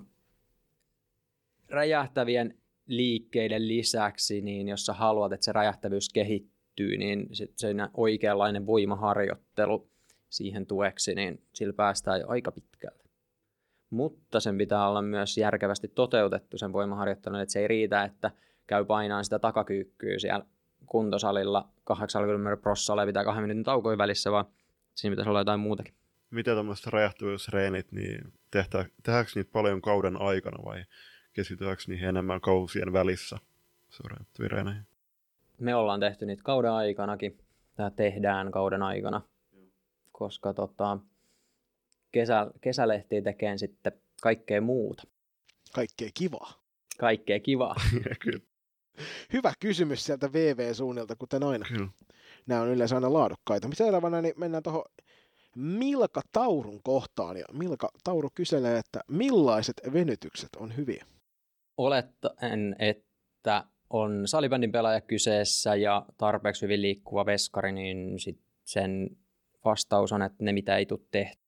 räjähtävien liikkeiden lisäksi, niin jos sä haluat, että se räjähtävyys kehittyy, niin sit se oikeanlainen voimaharjoittelu siihen tueksi, niin sillä päästään jo aika pitkälle. Mutta sen pitää olla myös järkevästi toteutettu sen voimaharjoittelun, että se ei riitä, että käy painaan sitä takakyykkyä siellä kuntosalilla kahdeksankymmentä prosenttia pitää kahden minuutin taukojen välissä, vaan siinä pitäisi olla jotain muutakin. Miten tämmöiset räjähtävyysreenit, niin tehdäänkö niitä paljon kauden aikana vai keskitytäänkö niihin enemmän kausien välissä seuraavattavia reeneihin? Me ollaan tehty niitä kauden aikanakin, tämä tehdään kauden aikana, koska tota, kesä, kesälehtiin tekee sitten kaikkea muuta. Kaikkea kivaa. Kaikkea kivaa. Kyllä. Hyvä kysymys sieltä V V-suunnilta, kuten aina. Kyllä. Nämä on yleensä aina laadukkaita. Seuraavana niin mennään tuohon Milka Taurun kohtaan. Ja Milka Tauru kyselee, että millaiset venytykset on hyviä? Olettaen, että on salibändin pelaaja kyseessä ja tarpeeksi hyvin liikkuva veskari, niin sit sen vastaus on, että ne mitä ei tule tehty.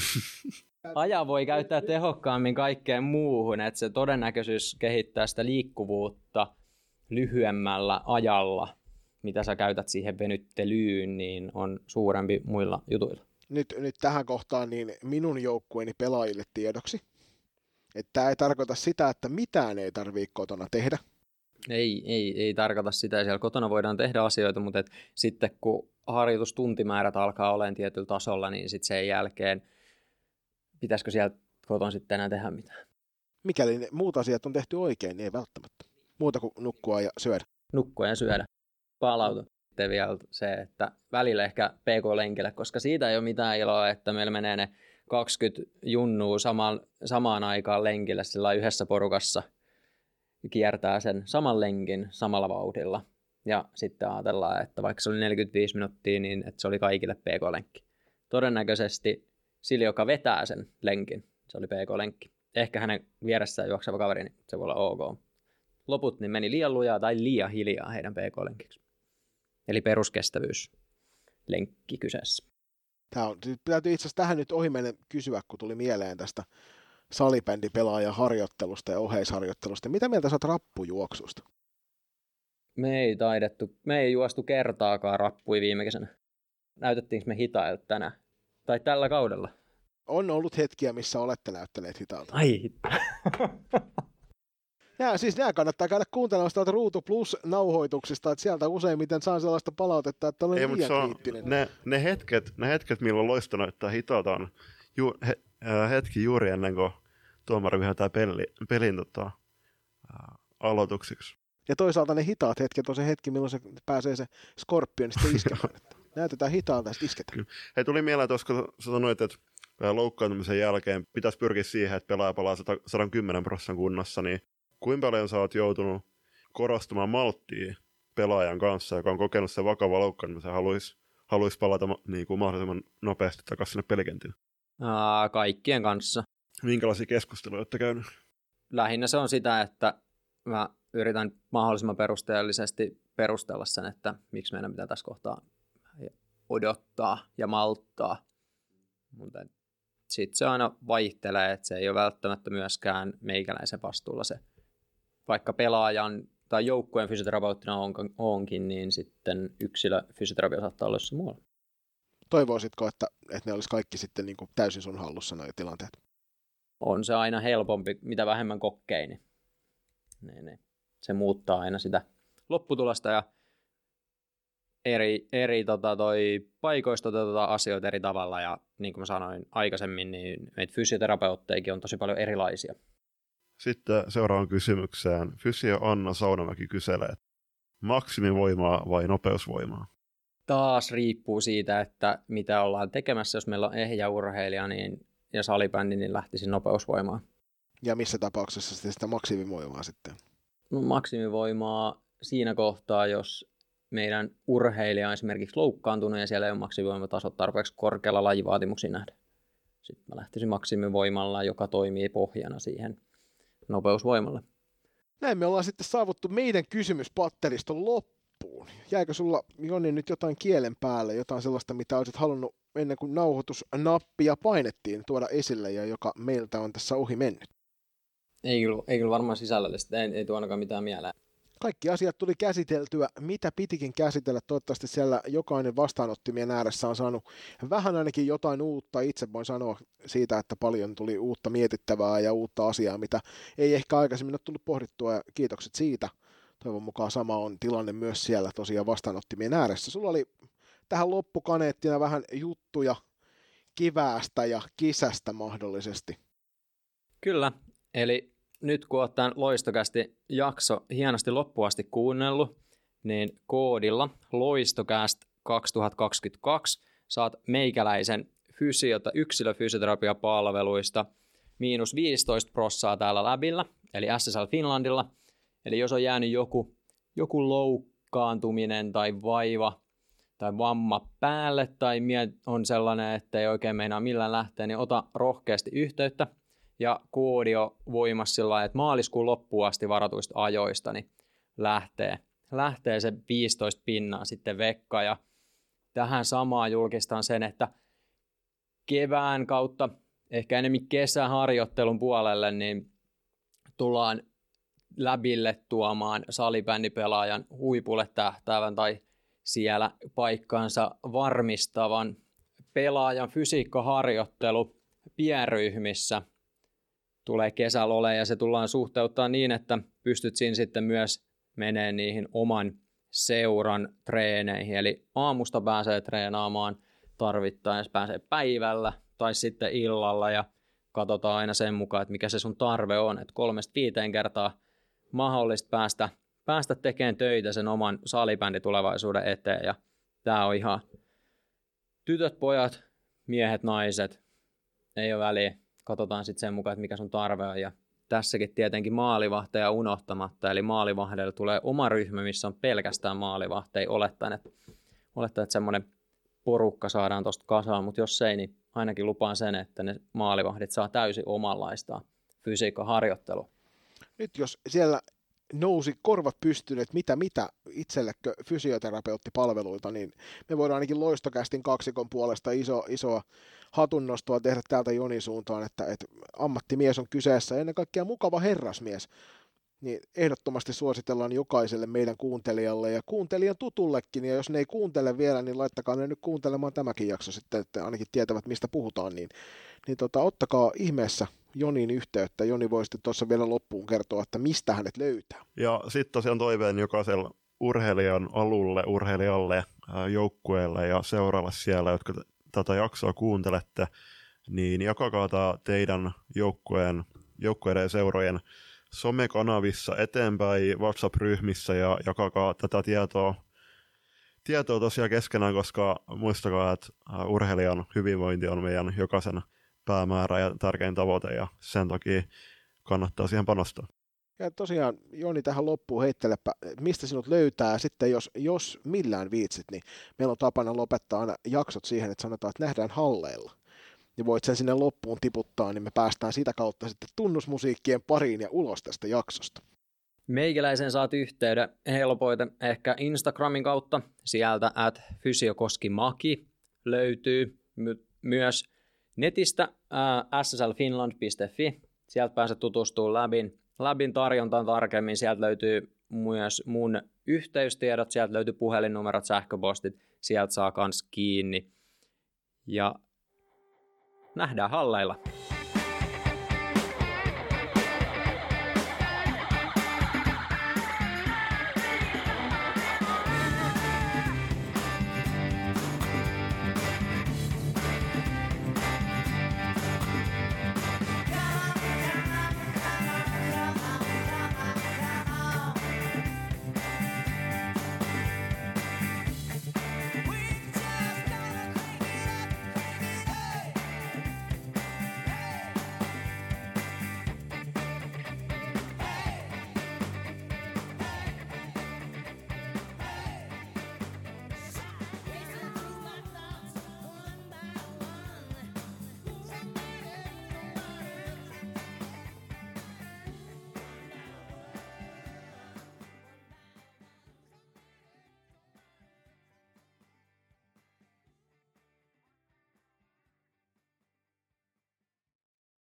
Aja voi käyttää tehokkaammin kaikkeen muuhun, että se todennäköisyys kehittää sitä liikkuvuutta lyhyemmällä ajalla, mitä sä käytät siihen venyttelyyn, niin on suurempi muilla jutuilla. Nyt, nyt tähän kohtaan niin minun joukkueeni pelaajille tiedoksi, että tämä ei tarkoita sitä, että mitään ei tarvitse kotona tehdä. Ei, ei, ei tarkoita sitä. Siellä kotona voidaan tehdä asioita, mutta et sitten kun harjoitustuntimäärät alkaa olemaan tietyllä tasolla, niin sitten sen jälkeen pitäisikö siellä kotona sitten enää tehdä mitään? Mikäli ne muut asiat on tehty oikein, niin ei välttämättä. Muuta kuin nukkua ja syödä. Nukkua ja syödä. Palautu. Sitten vielä se, että välillä ehkä P K-lenkille, koska siitä ei ole mitään iloa, että meillä menee ne kaksikymmentä junnua samaan, samaan aikaan lenkille sillä yhdessä porukassa. Kiertää sen saman lenkin samalla vauhdilla. Ja sitten ajatellaan, että vaikka se oli neljäkymmentäviisi minuuttia, niin että se oli kaikille P K-lenkki. Todennäköisesti sillä, joka vetää sen lenkin, se oli P K-lenkki. Ehkä hänen vieressään juokseva kaveri, niin se voi olla ok. Loput niin meni liian lujaa tai liian hiljaa heidän P K-lenkiksi. Eli peruskestävyyslenkki kyseessä. Tämä on, täytyy itse asiassa tähän nyt ohimennen kysyä, kun tuli mieleen tästä salibändipelaajan harjoittelusta ja oheisharjoittelusta. Mitä mieltä sä oot rappujuoksusta? Me ei taidettu, me ei juostu kertaakaan rappui viime kesänä. Näytettiinkö me hitailta tänään? Tai tällä kaudella? On ollut hetkiä, missä olette näyttäneet hitaalta. Ai hitto. Ja siis nämä kannattaa käydä kuuntelemaan sitä Ruutu Plus-nauhoituksista, että sieltä useimmiten saa sellaista palautetta, että olen ei, liian on, kriittinen. Ne, ne, hetket, ne hetket, milloin loisto näyttää hitaalta, on ju, he, äh, hetki juuri ennen kuin tuomari viheltää peli, pelin tota, äh, aloituksiksi. Ja toisaalta ne hitaat hetket on se hetki, milloin se pääsee se Scorpion sitten iskemään. Näytetään hitaalta ja sitten isketään. Hei, tuli mieleen tuossa, kun sä sanoit, että loukkaantumisen jälkeen pitäisi pyrkiä siihen, että pelaaja palaa sata kymmenen prosenttia kunnossa, niin kuinka paljon sä oot joutunut korostamaan malttia pelaajan kanssa, joka on kokenut sen vakava loukkaantumisen ja haluaisi haluais palata niin kuin mahdollisimman nopeasti takaisin sinne pelikentille? Aa, kaikkien kanssa. Minkälaisia keskusteluja olette käynyt? Lähinnä se on sitä, että mä yritän mahdollisimman perusteellisesti perustella sen, että miksi meidän pitää tässä kohtaa odottaa ja malttaa. Mutta sitten se aina vaihtelee, että se ei ole välttämättä myöskään meikäläisen vastuulla se, vaikka pelaajan tai joukkueen fysioterapeuttina on, onkin, niin sitten yksilöfysioterapia saattaa olla jossain muualla. Toivoisitko, että, että ne olisi kaikki sitten niin kuin täysin sun hallussa nuo tilanteet? On se aina helpompi, mitä vähemmän kokkein, niin, niin, niin se muuttaa aina sitä lopputulosta ja eri, eri tota, toi, paikoista toteutetaan asioita eri tavalla ja niin kuin mä sanoin aikaisemmin, niin meitä fysioterapeuttejakin on tosi paljon erilaisia. Sitten seuraavaan kysymykseen. Fysio Anna Saunamäki kyselee, maksimivoimaa vai nopeusvoimaa? Taas riippuu siitä, että mitä ollaan tekemässä. Jos meillä on ehjä urheilija niin, ja salibändi, niin lähtisi nopeusvoimaan. Ja missä tapauksessa sitten sitä maksimivoimaa sitten? No, maksimivoimaa siinä kohtaa, jos meidän urheilija on esimerkiksi loukkaantunut ja siellä ei ole maksimivoimatasot tarpeeksi korkealla lajivaatimuksiin nähden. Sitten mä lähtisin maksimivoimalla, joka toimii pohjana siihen nopeusvoimalle. Näin me ollaan sitten saavuttu meidän kysymyspatteriston loppuun. Jäikö sulla, Joni, nyt jotain kielen päälle, jotain sellaista, mitä olisit halunnut ennen kuin nauhoitusnappia painettiin tuoda esille ja joka meiltä on tässä ohi mennyt? Ei kyllä, ei kyllä varmaan sisällöllisesti, ei, ei tule ainakaan mitään mieleen. Kaikki asiat tuli käsiteltyä, mitä pitikin käsitellä. Toivottavasti siellä jokainen vastaanottimien ääressä on saanut vähän ainakin jotain uutta. Itse voin sanoa siitä, että paljon tuli uutta mietittävää ja uutta asiaa, mitä ei ehkä aikaisemmin ole tullut pohdittua. Ja kiitokset siitä. Toivon mukaan sama on tilanne myös siellä tosiaan vastaanottimien ääressä. Sulla oli tähän loppukaneettina vähän juttuja kiväästä ja kisästä mahdollisesti. Kyllä, eli nyt kun olet tämän Loistokästi jakso hienosti loppuasti kuunnellut, niin koodilla Loistokäst kaksituhattakaksikymmentäkaksi saat meikäläisen fysiota, yksilöfysioterapiapalveluista miinus viisitoista prosenttia täällä läbillä, eli S S L Finlandilla. Eli jos on jäänyt joku, joku loukkaantuminen tai vaiva tai vamma päälle tai on sellainen, että ei oikein meinaa millään lähteä, niin ota rohkeasti yhteyttä. Ja koodi on voimassa sillä lailla, että maaliskuun loppuun asti varatuista ajoista niin lähtee, lähtee se viisitoista pinnaa sitten vekka. Ja tähän samaan julkistan sen, että kevään kautta, ehkä enemmän kesäharjoittelun puolelle, niin tullaan läbille tuomaan salibändipelaajan huipulle tähtäävän tai siellä paikkansa varmistavan pelaajan fysiikkaharjoittelu pienryhmissä tulee kesällä ole ja se tullaan suhteuttaa niin, että pystyt siinä sitten myös menee niihin oman seuran treeneihin. Eli aamusta pääsee treenaamaan tarvittaessa, pääsee päivällä tai sitten illalla ja katsotaan aina sen mukaan, että mikä se sun tarve on. Että kolmesta viiteen kertaa mahdollista päästä, päästä tekemään töitä sen oman salibänditulevaisuuden eteen. Ja tää on ihan tytöt, pojat, miehet, naiset, ei ole väliä. Katsotaan sitten sen mukaan, että mikä sun tarve on. Ja tässäkin tietenkin maalivahteja unohtamatta. Eli maalivahdeilla tulee oma ryhmä, missä on pelkästään maalivahteja. Olettaen, että, olettaen, että semmoinen porukka saadaan tuosta kasaan. Mutta jos ei, niin ainakin lupaan sen, että ne maalivahdit saa täysin omanlaista fysiikkaharjoittelua. Nyt jos siellä nousi korvat pystyyn, että mitä mitä itsellekö fysioterapeuttipalveluita, niin me voidaan ainakin Loistokästin kaksikon puolesta iso, isoa hatunnostoa tehdä täältä Jonin suuntaan, että, että ammattimies on kyseessä ja ennen kaikkea mukava herrasmies. Niin ehdottomasti suositellaan jokaiselle meidän kuuntelijalle ja kuuntelijan tutullekin, ja jos ne ei kuuntele vielä, niin laittakaa ne nyt kuuntelemaan tämäkin jakso sitten, että ainakin tietävät, mistä puhutaan, niin, niin tota, ottakaa ihmeessä Joniin yhteyttä. Joni voi sitten tuossa vielä loppuun kertoa, että mistä hänet löytää. Ja sitten tosiaan toiveen jokaisella urheilijan alulle, urheilijalle, joukkueelle ja seuraavalle siellä, jotka t- tätä jaksoa kuuntelette, niin jakakaa tämä teidän joukkueen, joukkueiden ja seurojen somekanavissa eteenpäin, WhatsApp-ryhmissä ja jakakaa tätä tietoa, tietoa tosiaan keskenään, koska muistakaa, että urheilijan hyvinvointi on meidän jokaisen päämäärä ja tärkein tavoite ja sen takia kannattaa siihen panostaa. Ja tosiaan Joni tähän loppuun heittelepä, mistä sinut löytää. Sitten jos, jos millään viitsit, niin meillä on tapana lopettaa aina jaksot siihen, että sanotaan, että nähdään halleilla. Ja voit sen sinne loppuun tiputtaa, niin me päästään sitä kautta sitten tunnusmusiikkien pariin ja ulos tästä jaksosta. Meikäläisen saat yhteyden helpoiten ehkä Instagramin kautta. Sieltä at fysiokoskimaki löytyy My- myös netistä ää, s s l finland piste f i. Sieltä pääset tutustumaan Labin, Labin tarjontaan tarkemmin. Sieltä löytyy myös mun yhteystiedot, sieltä löytyy puhelinnumerot, sähköpostit. Sieltä saa kans kiinni. Ja nähdään halleilla.